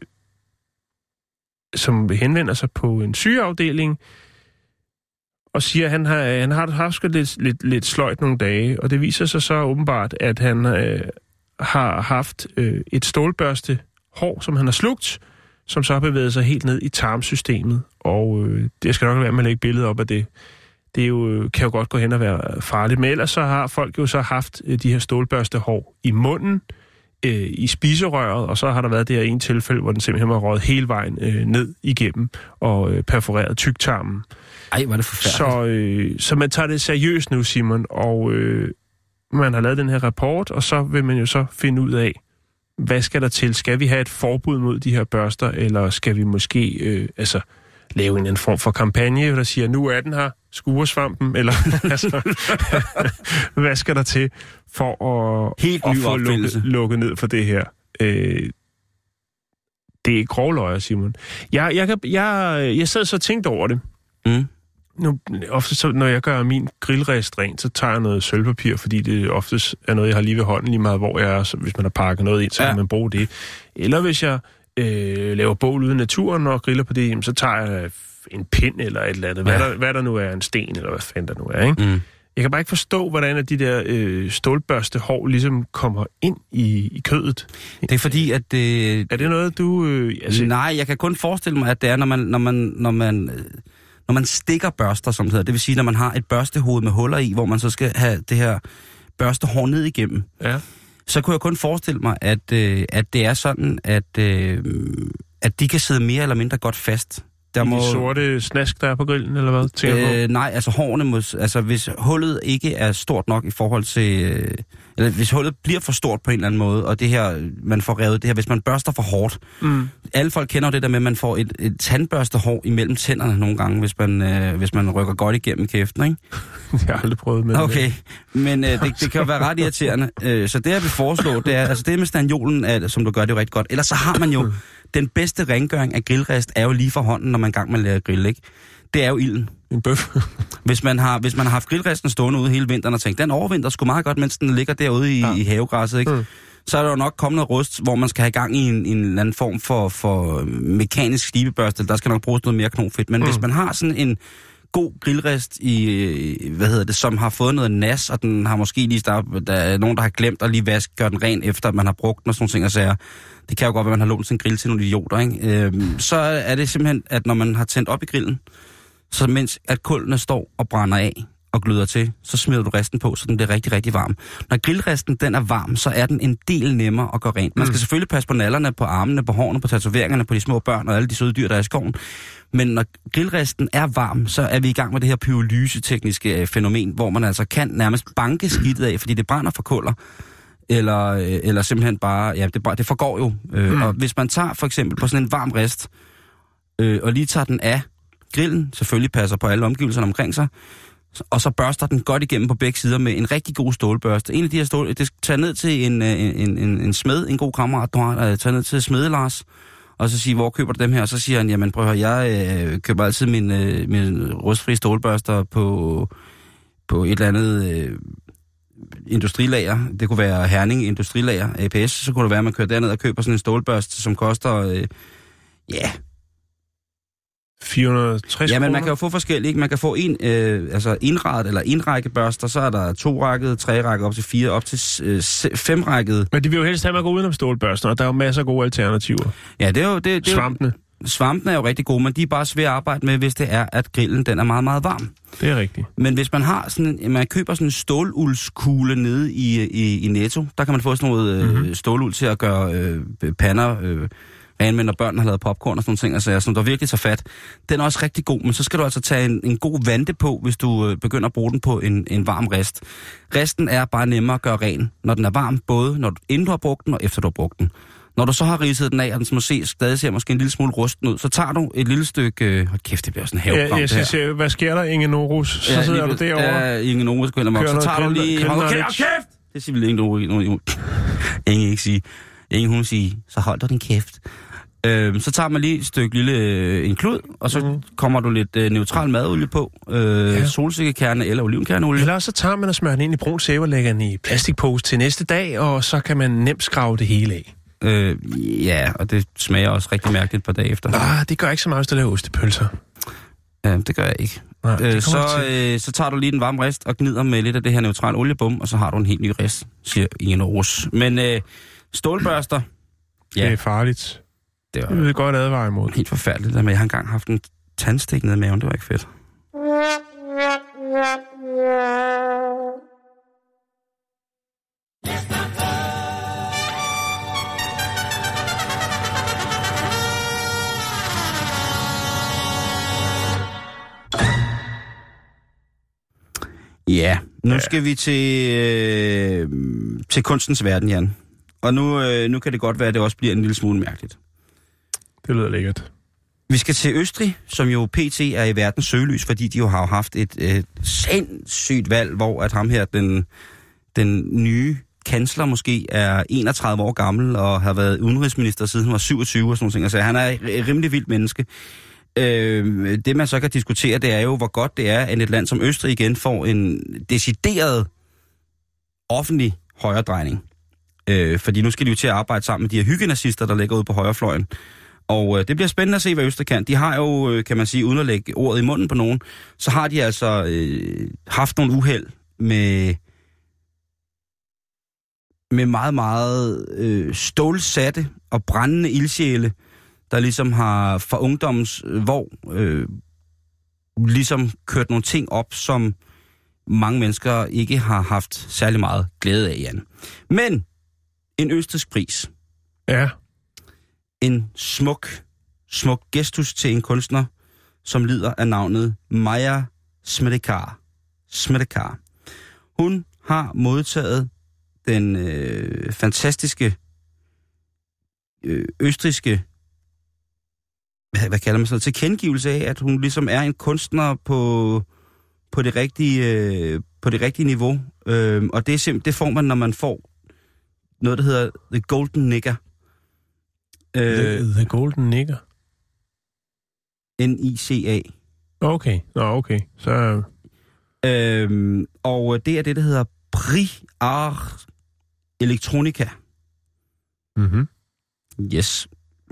som henvender sig på en sygeafdeling, og siger, at han har, han har haft lidt, lidt, lidt sløjt nogle dage, og det viser sig så åbenbart, at han øh, har haft øh, et stålbørste hår, som han har slugt, som så har bevæget sig helt ned i tarmsystemet, og øh, det skal nok være med at lægge billeder op af det. Det er jo, kan jo godt gå hen og være farligt, men ellers så har folk jo så haft øh, de her stålbørstehår i munden, øh, i spiserøret, og så har der været det her ene tilfælde, hvor den simpelthen var røget hele vejen øh, ned igennem og øh, perforeret tyktarmen. Ej, var det forfærdeligt. Så, øh, så man tager det seriøst nu, Simon, og øh, man har lavet den her rapport, og så vil man jo så finde ud af, hvad skal der til? Skal vi have et forbud mod de her børster, eller skal vi måske øh, altså, lave en, en form for kampagne, der siger, nu er den her, skuresvampen, eller altså, hvad skal der til for at, Helt at ny få lukket, lukket ned for det her? Øh, det er grovløjer, Simon. Jeg, jeg, jeg, jeg sad så og tænkte over det. Mm. Nu, ofte så, når jeg gør min grillrest rent, så tager jeg noget sølvpapir, fordi det oftest er noget, jeg har lige ved hånden, lige meget hvor jeg er. Så hvis man har pakket noget ind, så ja. kan man bruge det. Eller hvis jeg øh, laver bål ude i naturen og griller på det, jamen, så tager jeg en pind eller et eller andet. Hvad, ja. der, hvad der nu er, en sten eller hvad fanden der nu er, ikke? Mm. Jeg kan bare ikke forstå, hvordan de der øh, stålbørstehår ligesom kommer ind i, i kødet. Det er fordi, at det... Er det noget, du... Øh, altså... Nej, jeg kan kun forestille mig, at det er, når man... Når man, når man øh... Når man stikker børster, som det hedder, det vil sige, når man har et børstehoved med huller i, hvor man så skal have det her børstehår ned igennem, ja. så kunne jeg kun forestille mig, at, øh, at det er sådan, at, øh, at de kan sidde mere eller mindre godt fast. Der I må... de sorte snask, der er på grillen, eller hvad? Tænker øh, nej, altså hårene må... Altså, hvis hullet ikke er stort nok i forhold til... Øh, eller hvis hullet bliver for stort på en eller anden måde, og det her, man får revet det her, hvis man børster for hårdt. Mm. Alle folk kender jo det der med, at man får et, et tandbørstehår imellem tænderne nogle gange, hvis man, øh, hvis man rykker godt igennem kæften, ikke? Jeg har aldrig prøvet med okay, det. Men øh, det, det kan jo være ret irriterende. Øh, så det, jeg vil foreslå, det er... Altså det med standjolen, er, som du gør, det jo rigtig godt. Ellers så har man jo... Den bedste rengøring af grillrest er jo lige for hånden, når man engang man lærer at grille, ikke? Det er jo ilden. En bøf. hvis, man har, hvis man har haft grillresten stående ude hele vinteren og tænkt, den overvinter sgu meget godt, mens den ligger derude i, ja. i havegræsset, ikke? Mm. Så er der jo nok kommet noget rust, hvor man skal have gang i en, en eller anden form for, for mekanisk slibebørste. Der skal nok bruges noget mere knofedt. Men mm. hvis man har sådan en god grillrest, i, hvad hedder det, som har fået noget nas, og den har måske lige startet, der er nogen, der har glemt at lige vaske, gøre den ren, efter at man har brugt den og sådan nogle ting og sager. Det kan jo godt være, at man har lånt sin grill til nogle idioter, ikke? Øhm, så er det simpelthen, at når man har tændt op i grillen, så mens at kullene står og brænder af og gløder til, så smider du resten på, så den bliver rigtig, rigtig varm. Når grillresten den er varm, så er den en del nemmere at gøre rent. Man skal mm. selvfølgelig passe på nallerne, på armene, på hårene, på tatoveringerne, på de små børn og alle de søde dyr, der er i skoven. Men når grillresten er varm, så er vi i gang med det her pyrolyse-tekniske fænomen, hvor man altså kan nærmest banke skidtet af, fordi det brænder for kuller. Eller, eller simpelthen bare, ja, det, det forgår jo. Øh, mm. Og hvis man tager for eksempel på sådan en varm rest, øh, og lige tager den af grillen, selvfølgelig passer på alle omgivelserne omkring sig, og så børster den godt igennem på begge sider med en rigtig god stålbørste. En af de her stål, det tager ned til en, en, en, en smed, en god kammerat, du har, tager ned til Smede Lars, og så siger, hvor køber du dem her? Og så siger han, jamen prøv at høre, jeg øh, køber altid min, øh, min rustfri stålbørster på, på et eller andet... Øh, industrilager, det kunne være Herning Industrilager, A P S, så kunne det være, at man kører derned og køber sådan en stålbørste, som koster, øh, ja... fire hundrede og tres Ja, men kroner. man kan jo få forskellige, ikke? Man kan få en, øh, altså enrædet eller enrække børster, så er der to rækkede, tre rækkede, op til fire, op til øh, fem rækkede. Men de vil jo helst have, at man går udenom stålbørsten, og der er jo masser af gode alternativer. Ja, det er jo... Det, det er Svampene. Jo, svampene er jo rigtig gode, men de er bare svære at arbejde med, hvis det er, at grillen den er meget, meget varm. Det er rigtigt. Men hvis man har sådan en, man køber sådan en ståluldskugle nede i, i, i Netto, der kan man få sådan noget mm-hmm. øh, ståluld til at gøre øh, pander, øh, rene med, når børnene har lavet popcorn og sådan nogle ting, altså, som der virkelig tager fat. Den er også rigtig god, men så skal du altså tage en, en god vante på, hvis du øh, begynder at bruge den på en, en varm rest. Resten er bare nemmere at gøre ren, når den er varm, både når du, inden du har brugt den og efter du har brugt den. Når du så har ridset den af, og den måske stadig ser måske en lille smule rusten ud, så tager du et lille stykke... Øh, hold kæft, det bliver sådan en haveprogram, ja, jeg skal se, hvad sker der, Inge Norus? Så ja, sidder du derovre. Ja, Inge Norus går hen og så tager du lige... Hold kæft! Det siger vel Inge Norus. Inge ikke sige. Inge hun siger, så hold du din kæft. Øh, så tager man lige et stykke lille øh, en klud, og så mm. kommer du lidt øh, neutral madolie på. Øh, ja. Solsikkekerne eller olivenkerneolie. Eller så tager man og smører den ind i brun sæbe og lægger den i plastikpose til næste dag, og så kan man nemt skrave det hele af. Øh, ja, og det smager også rigtig mærkeligt et par dage efter. Ah, det gør ikke så meget, hvis du laver ostepølser. Ja, det gør jeg ikke. Nej, øh, så, øh, så tager du lige den varme rest og gnider med lidt af det her neutrale oliebum, og så har du en helt ny rest, siger Inge Norus. Men øh, stålbørster... Ja. Det er farligt. Det var jeg vil godt advare imod. Helt forfærdeligt, men jeg har engang haft en tandstik nede i maven, det var ikke fedt. Ja, nu ja. skal vi til, øh, til kunstens verden, Jan. Og nu, øh, nu kan det godt være, at det også bliver en lille smule mærkeligt. Det lyder lækkert. Vi skal til Østrig, som jo pt. Er i verdens søgelys, fordi de jo har haft et øh, sindssygt valg, hvor at ham her, den, den nye kansler måske, er enogtredive år gammel og har været udenrigsminister siden han var syvogtyve og sådan noget. Altså, han er et rimelig vildt menneske. Øh, det man så kan diskutere, det er jo, hvor godt det er, at et land som Østrig igen får en decideret offentlig højredrejning. Øh, fordi nu skal de jo til at arbejde sammen med de her hyggenazister, der ligger ude på højrefløjen. Og øh, det bliver spændende at se, hvad Østrig kan. De har jo, øh, kan man sige, uden at lægge ordet i munden på nogen, så har de altså øh, haft nogle uheld med, med meget, meget øh, stålsatte og brændende ildsjæle, der ligesom har fra ungdommens øh, hvor øh, ligesom kørt nogle ting op, som mange mennesker ikke har haft særlig meget glæde af, Jan. Men en østrigsk pris. Ja. En smuk, smuk gestus til en kunstner, som lider af navnet Maja Smedekar. Smedekar. Hun har modtaget den øh, fantastiske øh, østrigske hvad, hvad kalder man så, tilkendegivelse af, at hun ligesom er en kunstner på, på, det, rigtige, øh, på det rigtige niveau. Øh, og det, er simp- det får man, når man får noget, der hedder The Golden Nigger. The, the Golden Nigger? N I C A. Okay, nå okay. Så... Øhm, og det er det, der hedder Prix Art Electronica. Mhm. Yes.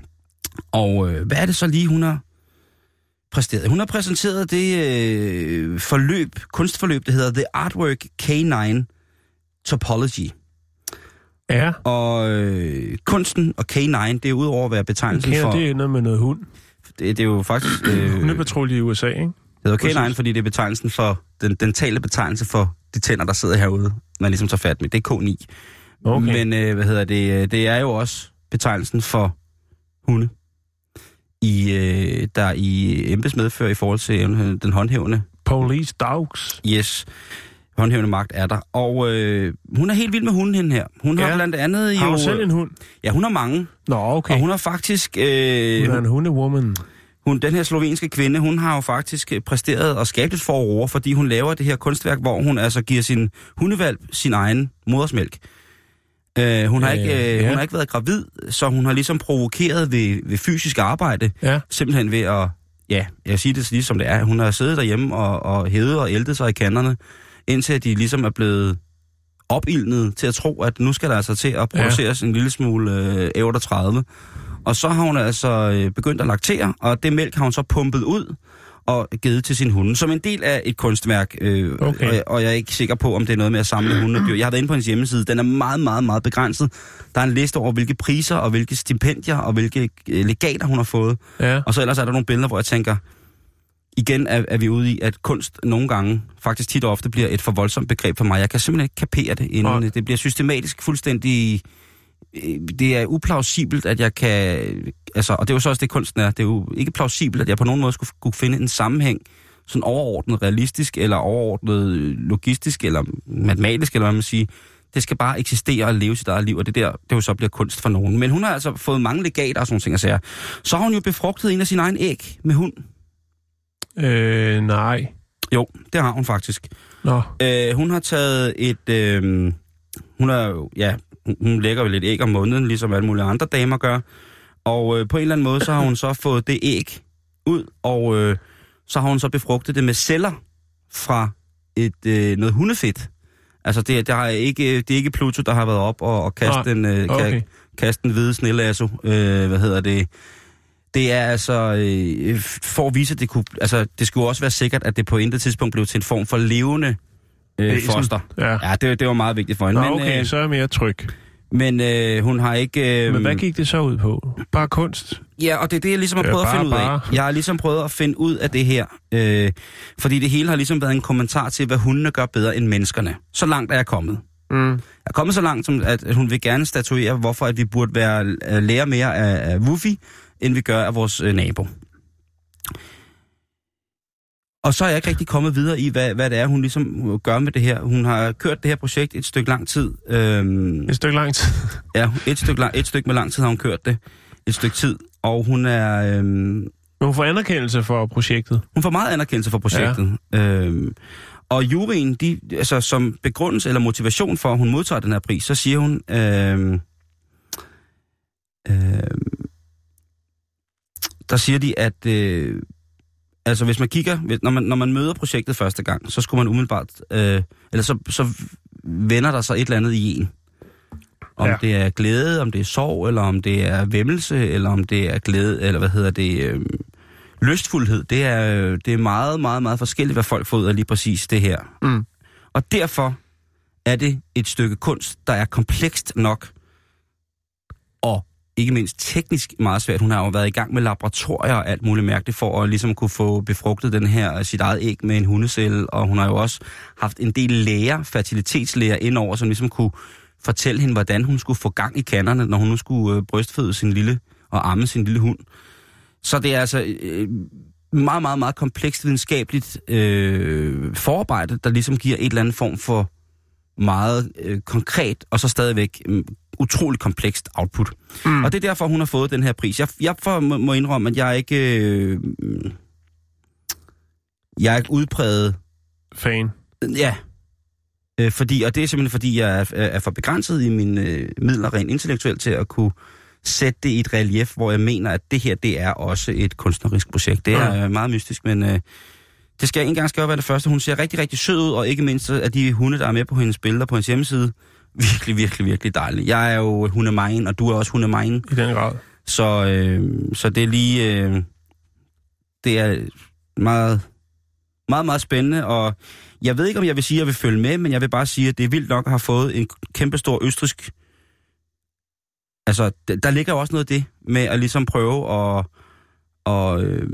Og øh, hvad er det så lige, hun har præsteret? Hun har præsenteret det øh, forløb, kunstforløb, der hedder The Artwork K ni Topology. Ja. Og øh, kunsten og K ni, det er udover at være betegnelsen okay, for... det er noget med noget hund. Det, det er jo faktisk... Øh, Hundepatrulje i U S A, ikke? Det hedder K ni, fordi det er betegnelsen for... Den dentale betegnelse for de tænder, der sidder herude, man ligesom tager fat med. Det er K ni. Okay. Men øh, hvad hedder det? Det er jo også betegnelsen for hunde, i, øh, der i embedsmedfører i forhold til øh, den håndhævende... Police dogs. Yes. Håndhævende magt er der. Og øh, hun er helt vild med hunden, hende her. Hun ja. har blandt andet jo... Har hun selv en hund? Ja, hun har mange. Nå, okay. Og hun har faktisk... Øh, hun er en hundewoman. Hun, den her slovenske kvinde, hun har jo faktisk præsteret og skabt et forår, fordi hun laver det her kunstværk, hvor hun altså giver sin hundevalp sin egen modersmælk. Øh, hun, har øh, ikke, øh, ja. hun har ikke været gravid, så hun har ligesom provokeret ved, ved fysisk arbejde. Ja. Simpelthen ved at... Ja, jeg siger det lige som det er. Hun har siddet derhjemme og, og hævet og æltet sig i kanterne, indtil de ligesom er blevet opildnet til at tro, at nu skal der altså til at produceres ja. en lille smule øh, otteogtredive. Og så har hun altså øh, begyndt at laktere, og det mælk har hun så pumpet ud og givet til sin hunde, som en del af et kunstværk. Øh, okay. og, og jeg er ikke sikker på, om det er noget med at samle hunde og dyr. Jeg har været inde på hendes hjemmeside. Den er meget, meget, meget begrænset. Der er en liste over, hvilke priser og hvilke stipendier og hvilke øh, legater hun har fået. Ja. Og så ellers er der nogle billeder, hvor jeg tænker... Igen er, er vi ude i, at kunst nogle gange, faktisk tit og ofte, bliver et for voldsomt begreb for mig. Jeg kan simpelthen ikke kapere det, inden ja. det bliver systematisk fuldstændig... Det er uplausibelt, at jeg kan... Altså, og det er jo så også det, kunsten er. Det er jo ikke plausibelt, at jeg på nogen måde skulle kunne finde en sammenhæng, sådan overordnet realistisk, eller overordnet logistisk, eller matematisk, eller hvad man siger. Det skal bare eksistere og leve sit eget liv, og det der, det jo så bliver kunst for nogen. Men hun har altså fået mange legater og sådan nogle ting at sige. Så har hun jo befrugtet en af sine egne æg med hund. Øh, nej. Jo, det har hun faktisk. Nå. Øh, hun har taget et... Øh, hun er jo... Ja, hun lægger vel et æg om måneden, ligesom alle mulige andre damer gør. Og øh, på en eller anden måde, så har hun så fået det æg ud, og øh, så har hun så befrugtet det med celler fra et øh, noget hundefedt. Altså, det, det, har ikke, det er ikke Pluto, der har været op og, og kastet den, øh, okay. kaste den hvide snelasso. Øh, hvad hedder det... Det er altså, øh, for at vise, at det kunne... Altså, det skulle også være sikkert, at det på intet tidspunkt blev til en form for levende øh, foster. Ja, ja det, det var meget vigtigt for hende. Nå, men, okay, øh, så er jeg mere tryg. Men øh, hun har ikke... Øh, men hvad gik det så ud på? Bare kunst? Ja, og det er det, jeg ligesom har prøvet ja, bare, at finde ud af. Bare. Jeg har ligesom prøvet at finde ud af det her. Øh, fordi det hele har ligesom været en kommentar til, hvad hundene gør bedre end menneskerne. Så langt er jeg kommet. Mm. Jeg er kommet så langt, som at hun vil gerne statuere, hvorfor at vi burde være, lære mere af, af Wuffy, end vi gør af vores øh, nabo. Og så er jeg ikke rigtig kommet videre i, hvad, hvad det er, hun ligesom gør med det her. Hun har kørt det her projekt et stykke lang tid. Øhm, et stykke lang tid? Ja, et stykke, lang, et stykke med lang tid har hun kørt det. Et stykke tid. Og hun er... Øhm, hun får anerkendelse for projektet? Hun får meget anerkendelse for projektet. Ja. Øhm, og juryen, de, altså, som begrundelse eller motivation for, at hun modtager den her pris, så siger hun... Øhm, øhm, der siger de, at... Øh, Altså, hvis man kigger, når man, når man møder projektet første gang, så skulle man umiddelbart, øh, eller så, så vender der sig et eller andet i en. Om ja. det er glæde, om det er sorg, eller om det er væmmelse, eller om det er glæde, eller hvad hedder det, øh, lystfuldhed. Det er, det er meget, meget, meget forskelligt, hvad folk får ud af lige præcis det her. Mm. Og derfor er det et stykke kunst, der er komplekst nok, og ikke mindst teknisk meget svært. Hun har jo været i gang med laboratorier og alt muligt mærkeligt for at ligesom kunne få befrugtet den her sit eget æg med en hundecelle, og hun har jo også haft en del læger, fertilitetslæger indover, som ligesom kunne fortælle hende, hvordan hun skulle få gang i kanderne, når hun nu skulle brystføde sin lille og amme sin lille hund. Så det er altså øh, meget, meget, meget komplekst videnskabeligt øh, forarbejde, der ligesom giver et eller andet form for meget øh, konkret, og så stadigvæk øh, utroligt komplekst output. Mm. Og det er derfor, hun har fået den her pris. Jeg, jeg for, må, må indrømme, at jeg er ikke... Øh, jeg er ikke udpræget... Fan. Ja. Øh, fordi, og det er simpelthen, fordi jeg er, er for begrænset i mine øh, midler rent intellektuelt til at kunne sætte det i et relief, hvor jeg mener, at det her, det er også et kunstnerisk projekt. Det er øh, meget mystisk, men... Øh, det skal ikke engang skal være det første. Hun ser rigtig, rigtig sød ud, og ikke mindst af de hunde, der er med på hendes billeder på hendes hjemmeside. Virkelig, virkelig, virkelig dejligt. Jeg er jo hundemine, og du er også hundemine. I den grad. Så, øh, så det er lige... Øh, det er meget, meget, meget spændende, og jeg ved ikke, om jeg vil sige, at jeg vil følge med, men jeg vil bare sige, at det er vildt nok at have fået en kæmpestor østrigsk... Altså, der ligger jo også noget af det med at ligesom prøve at... Og, øh,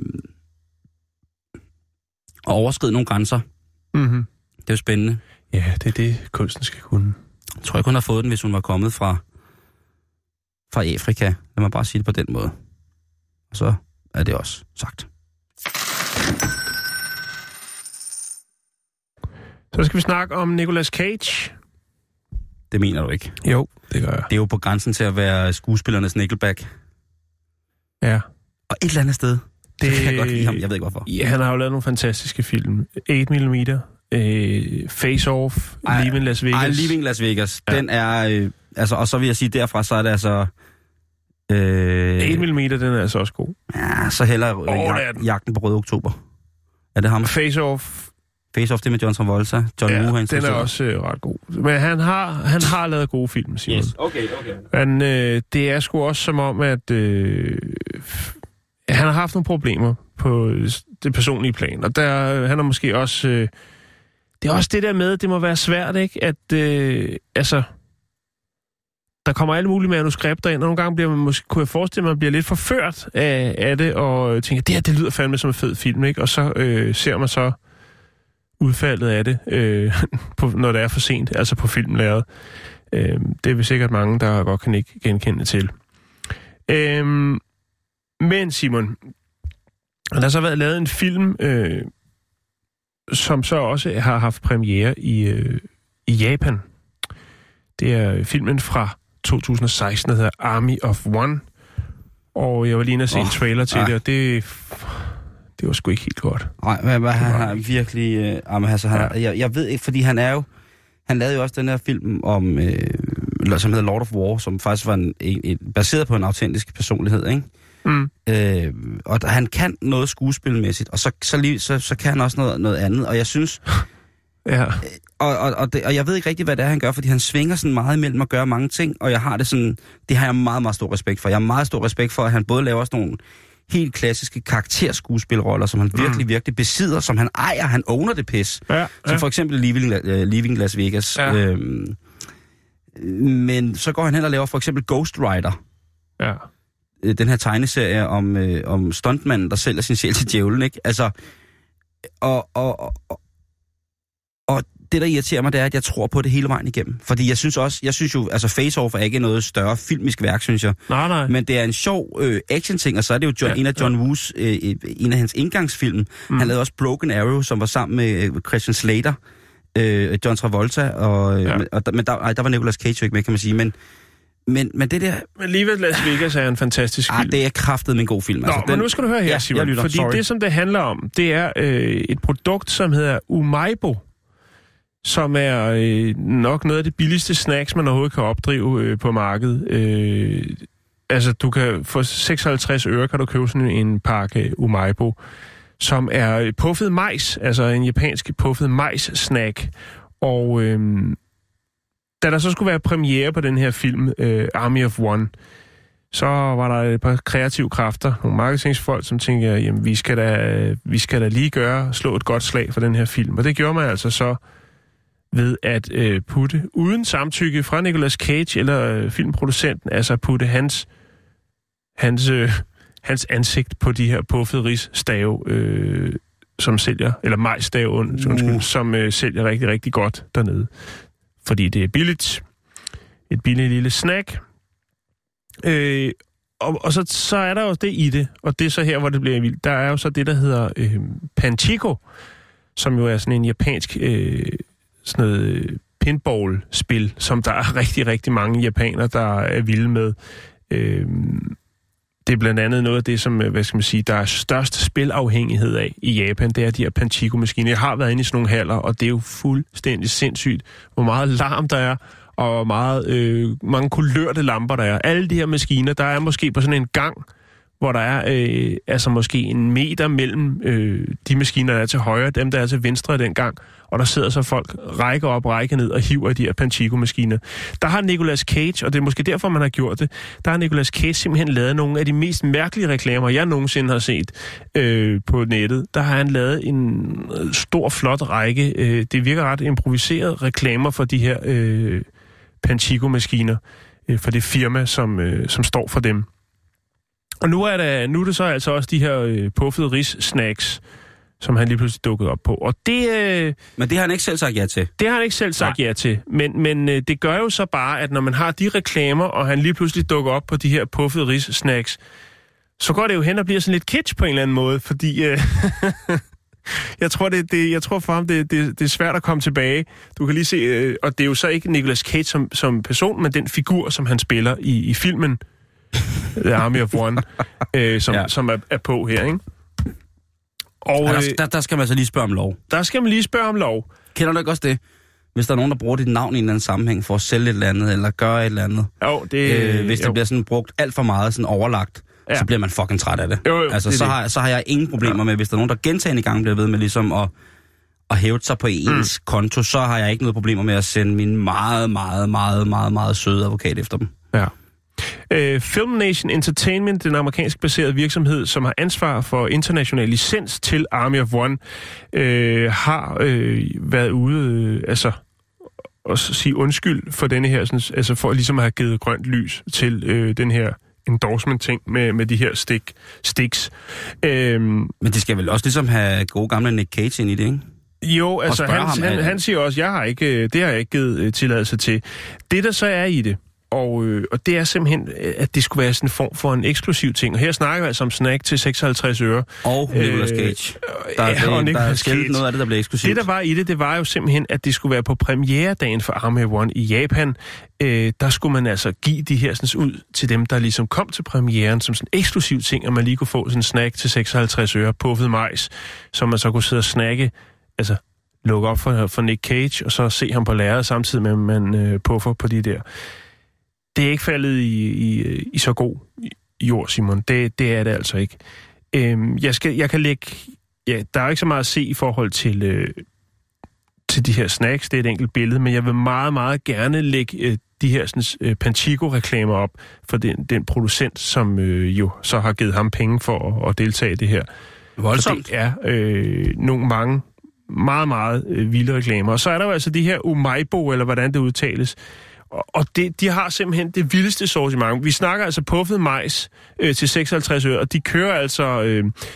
og overskride nogle grænser. Mm-hmm. Det er jo spændende. Ja, det er det, kunsten skal kunne. Jeg tror ikke, hun har fået den, hvis hun var kommet fra, fra Afrika. Lad mig bare sige det på den måde. Og så er det også sagt. Så skal vi snakke om Nicolas Cage. Det mener du ikke? Jo, det gør jeg. Det er jo på grænsen til at være skuespillernes Nickelback. Ja. Og et eller andet sted, det kan jeg godt lide ham. Jeg ved ikke hvorfor. Ja, han har jo lavet nogle fantastiske film. otte millimeter, øh, Face Off, ej, Leaving Las Vegas. Ej, Leaving Las Vegas. Ja. Den er... Øh, altså, og så vil jeg sige, derfra så er det altså... Øh, otte millimeter, den er altså også god. Ja, så heller øh, oh, jag, Jagten på Røde Oktober. Er det ham? Face Off. Face Off, det med John Travolta. John ja, Woo, den er også øh, ret god. Men han har, han har lavet gode film, Simon. Yes, okay, okay. Men øh, det er sgu også som om, at øh, han har haft nogle problemer på det personlige plan. Og der, han har måske også... Øh, det er også det der med, at det må være svært, ikke? At, øh, altså... Der kommer alle mulige manuskripter ind, og nogle gange bliver man måske, kunne jeg forestille mig, at man bliver lidt forført af, af det, og tænker, det her, det lyder fandme som en fed film, ikke? Og så øh, ser man så udfaldet af det, øh, på, når det er for sent, altså på filmlæret. Øh, det er vi sikkert mange, der godt kan ikke genkende til. Øh, men Simon, der har så været lavet en film, øh, som så også har haft premiere i, øh, i Japan. Det er filmen fra to tusind og seksten, der hedder Army of One. Og jeg var lige inde og se oh, en trailer til ja. det, og det, det var sgu ikke helt godt. Nej, men, men han har virkelig... Øh, altså, han, ja. jeg, jeg ved ikke, fordi han er jo... Han lavede jo også den her film om... Øh, som hedder Lord of War, som faktisk var en, en, en, baseret på en autentisk personlighed, ikke? Mm. Øh, og han kan noget skuespilmæssigt, og så, så, lige, så, så kan han også noget, noget andet, og jeg synes... ja... Og, og, og, det, og jeg ved ikke rigtig, hvad det er, han gør, fordi han svinger sådan meget imellem at gøre mange ting, og jeg har det sådan, det har jeg meget, meget stor respekt for. Jeg har meget stor respekt for, at han både laver sådan nogle helt klassiske karakterskuespilroller, som han virkelig, mm. virkelig besidder, som han ejer, han owner det pis. Ja, ja. Som for eksempel Leaving, uh, Leaving Las Vegas. Ja. Øhm, men så går han hen og laver for eksempel Ghost Rider. Ja. Den her tegneserie om, øh, om stuntmanden, der sælger sin sjæl til djævlen, ikke? Altså, og... og, og Og det, der irriterer mig, det er, at jeg tror på det hele vejen igennem. Fordi jeg synes også, jeg synes jo, altså Face Off er ikke noget større filmisk værk, synes jeg. Nej, nej. Men det er en sjov øh, action-ting, og så er det jo John, ja, en af John ja. Woos, øh, en af hans indgangsfilm. Mm. Han lavede også Broken Arrow, som var sammen med øh, Christian Slater, øh, John Travolta, og, ja. og, og men der, ej, der var Nicolas Cage ikke med, kan man sige, men Men, men det der... Men alligevel Las Vegas er en fantastisk film. Ah, det er kraftet med en god film. Nå, altså, men den... nu skal du høre her, ja, Simon. Fordi Sorry. det, som det handler om, det er øh, et produkt, som hedder Umaibo, som er øh, nok noget af det billigste snacks, man overhovedet kan opdrive øh, på markedet. Øh, altså, du kan for seksoghalvtreds øre kan du købe sådan en pakke Umaibo, som er puffet majs, altså en japansk puffet majs-snack. Og... Øh, Da der så skulle være premiere på den her film, uh, Army of One, så var der et par kreative kræfter, nogle marketingsfolk, som tænkte, jamen vi skal da, vi skal da lige gøre, slå et godt slag for den her film. Og det gjorde man altså så ved at uh, putte, uden samtykke fra Nicolas Cage eller uh, filmproducenten, altså putte hans, hans, uh, hans ansigt på de her puffede risstave, uh, som sælger, eller majsstave, undskyld, uh. som uh, sælger rigtig, rigtig godt dernede. Fordi det er billigt. Et billigt lille snack. Øh, og og så, så er der jo det i det, og det er så her, hvor det bliver vildt. Der er jo så det, der hedder øh, Panchiko, som jo er sådan en japansk øh, sådan noget pinball-spil, som der er rigtig, rigtig mange japanere, der er vilde med. Øh, det er blandt andet noget af det, som, hvad skal man sige, der er størst spilafhængighed af i Japan, det er de her Panchiko-maskiner. Jeg har været inde i sådan nogle haller, og det er jo fuldstændig sindssygt, hvor meget larm der er, og hvor meget, øh, mange kulørte lamper der er. Alle de her maskiner, der er måske på sådan en gang, hvor der er øh, altså måske en meter mellem øh, de maskiner, der er til højre, dem der er til venstre den gang, og der sidder så folk rækker op, rækker ned og hiver de her Panchiko-maskiner. Der har Nicolas Cage, og det er måske derfor, man har gjort det, der har Nicolas Cage simpelthen lavet nogle af de mest mærkelige reklamer, jeg nogensinde har set øh, på nettet. Der har han lavet en stor, flot række, øh, det virker ret improviseret, reklamer for de her øh, Panchiko-maskiner, øh, for det firma, som, øh, som står for dem. Og nu er, der, nu er det så altså også de her øh, puffede ris-snacks, som han lige pludselig dukkede op på. Og det... Øh, men det har han ikke selv sagt ja til. Det har han ikke selv sagt Nej. ja til. Men, men øh, det gør jo så bare, at når man har de reklamer, og han lige pludselig dukker op på de her puffede ris-snacks, så går det jo hen og bliver sådan lidt kitsch på en eller anden måde, fordi... Øh, jeg, tror, det, det, jeg tror for ham, det, det, det er svært at komme tilbage. Du kan lige se... Øh, og det er jo så ikke Nicolas Cage som, som person, men den figur, som han spiller i, i filmen, The Army of One, øh, som, ja. som er, er på her, ikke? Og, ja, der, der, der skal man så lige spørge om lov. Der skal man lige spørge om lov. Kender du ikke også det? Hvis der er nogen, der bruger dit navn i en eller anden sammenhæng for at sælge et eller andet, eller gøre et eller andet. Jo, det... Øh, hvis det jo. bliver sådan brugt alt for meget, sådan overlagt, ja. så bliver man fucking træt af det. Jo, jo, altså, det så, det. har, så har jeg ingen problemer ja. med, hvis der er nogen, der gentagende gang bliver ved med ligesom at, at hæve sig på ens mm. konto, så har jeg ikke noget problemer med at sende min meget, meget, meget, meget, meget søde advokat efter dem. Ja. Uh, Film Nation Entertainment, den amerikansk baserede virksomhed, som har ansvar for international licens til Army of One, uh, har uh, været ude uh, altså, at sige undskyld for denne her, sådan, altså for ligesom at have givet grønt lys til uh, den her endorsement-ting med, med de her stik, sticks. Uh, Men de skal vel også ligesom have gode gamle Nick Cage ind i det, ikke? Jo, altså han, ham, han, han siger også, jeg har ikke, det har jeg ikke givet uh, tilladelse til. Det der så er i det, Og, øh, og det er simpelthen, at det skulle være sådan en form for en eksklusiv ting. Og her snakker vi altså om snack til seksoghalvtreds øre. Og Nicolas Cage. Der er, ja, det, der er sjældent noget af det, der bliver eksklusivt. Det, der var i det, det var jo simpelthen, at det skulle være på premieredagen for Army of One i Japan. Øh, der skulle man altså give de her sådan, ud til dem, der ligesom kom til premieren som sådan en eksklusiv ting, at man lige kunne få sådan en snack til seksoghalvtreds øre, puffet majs, som man så kunne sidde og snakke, altså lukke op for, for Nick Cage, og så se ham på lærredet samtidig med, at man øh, puffer på de der. Det er ikke faldet i, i, i så god jord, Simon. Det, det er det altså ikke. Øhm, jeg, skal, jeg kan lægge... Ja, der er ikke så meget at se i forhold til, øh, til de her snacks. Det er et enkelt billede, men jeg vil meget, meget gerne lægge øh, de her sådan, øh, Panchiko-reklamer op for den, den producent, som øh, jo så har givet ham penge for at, at deltage i det her. Voldsomt. For det er øh, nogle mange, meget, meget øh, vilde reklamer. Og så er der jo altså de her Umaibo, eller hvordan det udtales. Og det, de har simpelthen det vildeste sortiment. Vi snakker altså puffet majs øh, til seksoghalvtreds øre, og de kører altså... Øh,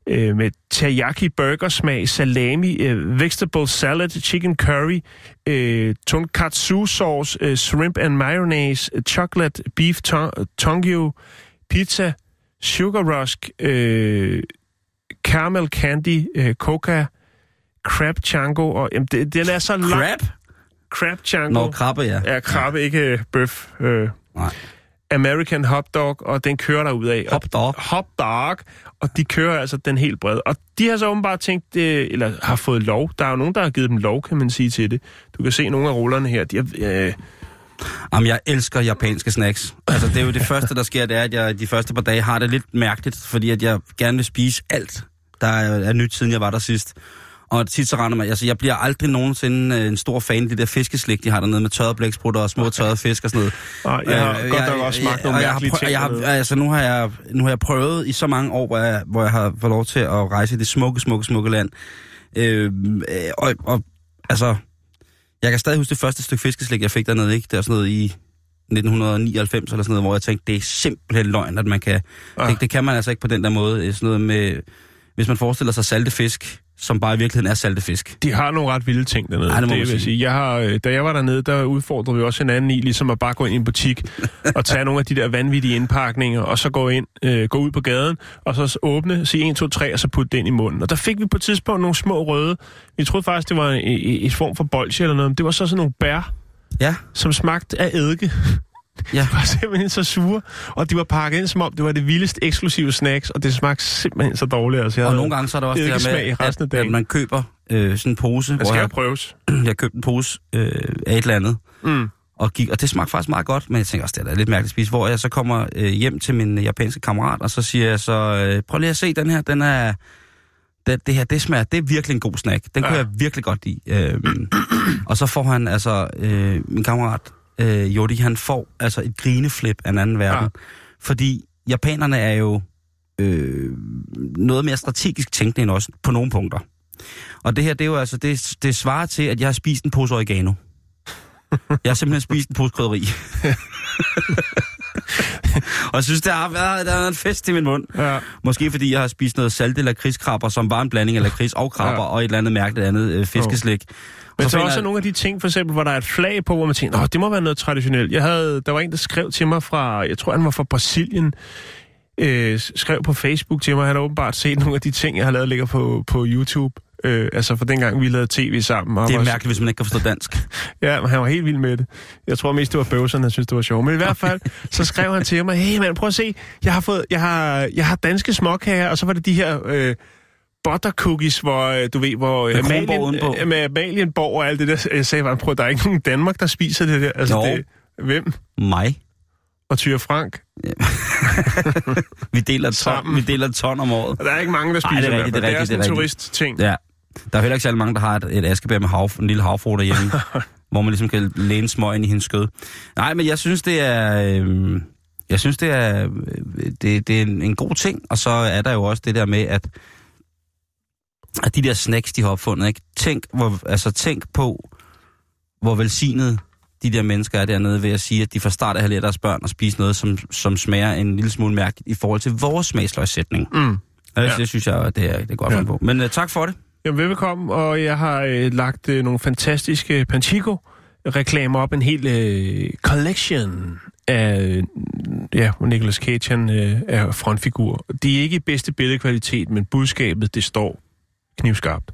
øh, med teriyaki burgersmag, salami, øh, vegetable salad, chicken curry, øh, tonkatsu sauce, øh, shrimp and mayonnaise, chocolate beef ton- tongyo, pizza, sugar rusk, øh, caramel candy, øh, coca, crab chango, og jamen, det, den er så lang. Crab? Crab chango. Nå, krabbe, ja. Ja, krabbe, ja. Ikke bøf. Øh. Nej. American hot dog, og den kører der ud af. Hot dog. Hot dog, og de kører altså den helt brede. Og de har så åbenbart tænkt, eller har fået lov. Der er jo nogen, der har givet dem lov, kan man sige til det. Du kan se nogle af rullerne her. De har, øh... Jamen, jeg elsker japanske snacks. Altså, det er jo det første, der sker, det er, at jeg de første par dage har det lidt mærkeligt, fordi at jeg gerne vil spise alt, der er, er nyt, siden jeg var der sidst. Og tit så render man, altså jeg bliver aldrig nogensinde en stor fan af de der fiskeslik, de har dernede med tørrede blæksprutter og små tørrede fisk og sådan noget. Og jeg har øh, godt nok også smagt nogle mærkelige ting. Jeg har, altså nu har jeg, nu har jeg prøvet i så mange år, hvor jeg, hvor jeg har fået lov til at rejse i det smukke, smukke, smukke land. Øh, og, og altså, jeg kan stadig huske det første stykke fiskeslik, jeg fik dernede, ikke? Det er sådan noget i nitten nioghalvfems eller sådan noget, hvor jeg tænkte, det er simpelthen løgn, at man kan... Ja. Det, det kan man altså ikke på den der måde. Sådan noget med... Hvis man forestiller sig salte fisk, som bare i virkeligheden er salte fisk. De har nogle ret vilde ting dernede, Ej, det, det vil sige. sige. Jeg har, da jeg var dernede, der udfordrede vi også hinanden i, ligesom at bare gå ind i en butik og tage nogle af de der vanvittige indpakninger, og så gå ind, øh, gå ud på gaden, og så åbne, sige en, to, tre, og så putte det ind i munden. Og der fik vi på et tidspunkt nogle små røde. Vi troede faktisk, det var et, et form for bolsje eller noget, men det var så sådan nogle bær, ja. Som smagte af eddike. Ja. De var simpelthen så sure, og de var pakket ind, som om det var det vildeste eksklusive snacks, og det smagte simpelthen så dårligt. Altså, og nogle gange så er der også det her med, at, at man køber øh, sådan en pose. Det skal jeg prøves. Jeg købte en pose øh, af et eller andet, mm. og, gik, og det smagte faktisk meget godt, men jeg tænker også, det er lidt mærkeligt at spise. Hvor jeg så kommer øh, hjem til min japanske kammerat, og så siger jeg så, øh, prøv lige at se den her, den er... Det, det her, det smager, det er virkelig en god snack. Den ja. Kunne jeg virkelig godt lide. Øh, og så får han, altså, øh, min kammerat, Øh, Jordi, han får altså et grineflip af en anden verden. Ja. Fordi japanerne er jo øh, noget mere strategisk tænkende end os på nogle punkter. Og det her, det er jo altså, det, det svarer til, at jeg har spist en pose oregano. Jeg har simpelthen spist en pose krydderi. Og jeg synes, det har været, der er en fest i min mund. Ja. Måske fordi jeg har spist noget salte lakridskrabber, som var en blanding af lakrids og krabber, ja. Og et eller andet mærkeligt andet øh, fiskeslik. Oh. Men så er også jeg... nogle af de ting, for eksempel, hvor der er et flag på, hvor man tænker, åh, det må være noget traditionelt. Jeg havde, der var en, der skrev til mig fra, jeg tror, han var fra Brasilien, øh, skrev på Facebook til mig, han har åbenbart set nogle af de ting, jeg har lavet, ligger på, på YouTube. Øh, altså for dengang, vi lavede tv sammen. Det er også... mærkeligt, hvis man ikke kan forstå dansk. Ja, men han var helt vild med det. Jeg tror mest, det var bøvserne, han synes, det var sjovt. Men i hvert fald, så skrev han til mig, hey mand, prøv at se, jeg har, fået, jeg har, jeg har danske småkager, og så var det de her... Øh, butter cookies, hvor du ved, hvor med Amalien, med Amalienborg og alt det der. Jeg sagde bare, prøv, der er ikke nogen i Danmark, der spiser det der. Altså, det, hvem? Mig. Og Tyre Frank. Ja. vi, deler ton, vi deler et ton om året. Og der er ikke mange, der spiser. Ej, det er rigtigt, det er, det er sådan en turistting. Ja. Der er heller ikke særlig mange, der har et, et askebær med hav, en lille havfru derhjemme, hvor man ligesom kan læne smøg ind i hendes skød. Nej, men jeg synes, det er... Øh, jeg synes, det er, det, det er en, en god ting. Og så er der jo også det der med, at at de der snacks, de har opfundet, ikke? Tænk, hvor, altså, tænk på, hvor velsignet de der mennesker er dernede ved at sige, at de fra start af har lært deres børn at spise noget, som, som smager en lille smule mærkeligt i forhold til vores smagsløgssætning. Mm. Ja. Det synes jeg, det er, det er godt ja. På. Men uh, tak for det. Jamen, velbekomme, og jeg har øh, lagt øh, nogle fantastiske Panchico-reklamer op, en hel øh, collection af, ja, Nicolas Cage, han øh, er frontfigur. De er ikke i bedste billedkvalitet, men budskabet, det står knivskarpt.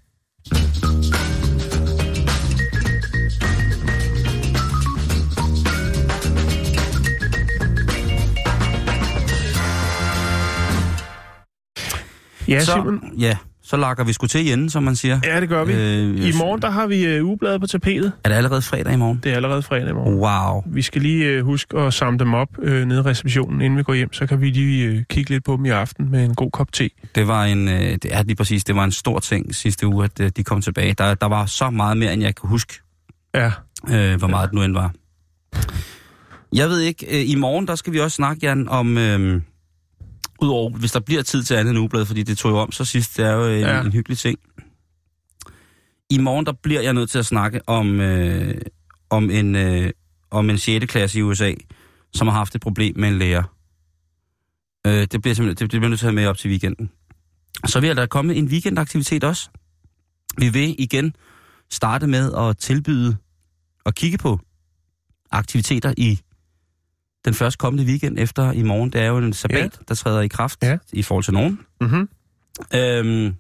Ja, så, Simon. Ja, så lakker vi sgu til igen, som man siger. Ja, det gør vi. Øh, I morgen, der har vi uh, ugebladet på tapetet. Er det allerede fredag i morgen? Det er allerede fredag i morgen. Wow. Vi skal lige uh, huske at samle dem op uh, nede i receptionen, inden vi går hjem. Så kan vi lige uh, kigge lidt på dem i aften med en god kop te. Det var en, uh, det er lige præcis, det var en stor ting sidste uge, at uh, de kom tilbage. Der, der var så meget mere, end jeg kan huske, ja. uh, hvor meget ja. Det nu end var. Jeg ved ikke, uh, i morgen, der skal vi også snakke, Jan, om... Uh, Udover, hvis der bliver tid til andet end ugeblad, fordi det tog jo om så sidst, det er jo en, ja. en hyggelig ting. I morgen, der bliver jeg nødt til at snakke om, øh, om en, øh, om en sjette klasse i U S A, som har haft et problem med en lærer. Øh, det bliver simpelthen det bliver nødt til at have med op til weekenden. Så vil der komme en weekendaktivitet også. Vi vil igen starte med at tilbyde og kigge på aktiviteter i den første kommende weekend efter i morgen. Det er jo en sabbat, ja. der træder i kraft ja. i forhold til nogen. Mm-hmm. Øhm,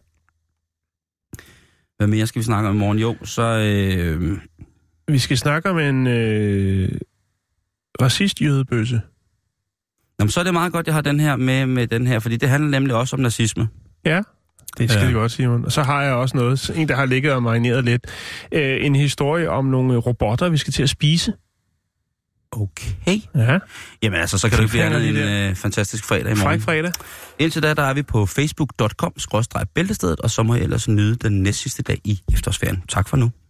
hvad mere skal vi snakke om i morgen? Jo, så... Øh, vi skal snakke om en øh, racist-jødebøsse. Jamen, så er det meget godt, jeg har den her med, med den her, fordi det handler nemlig også om nazisme. Ja, det skal ja. det godt, Simon. Og så har jeg også noget, en der har ligget og marineret lidt. Øh, en historie om nogle robotter, vi skal til at spise. Okay. Ja. Jamen altså, så kan det ikke blive andet en øh, fantastisk fredag i morgen. Fræk fredag. Indtil da, der er vi på facebook punktum com skråstreg bæltestedet, og så må I ellers nyde den næste sidste dag i efterårsferien. Tak for nu.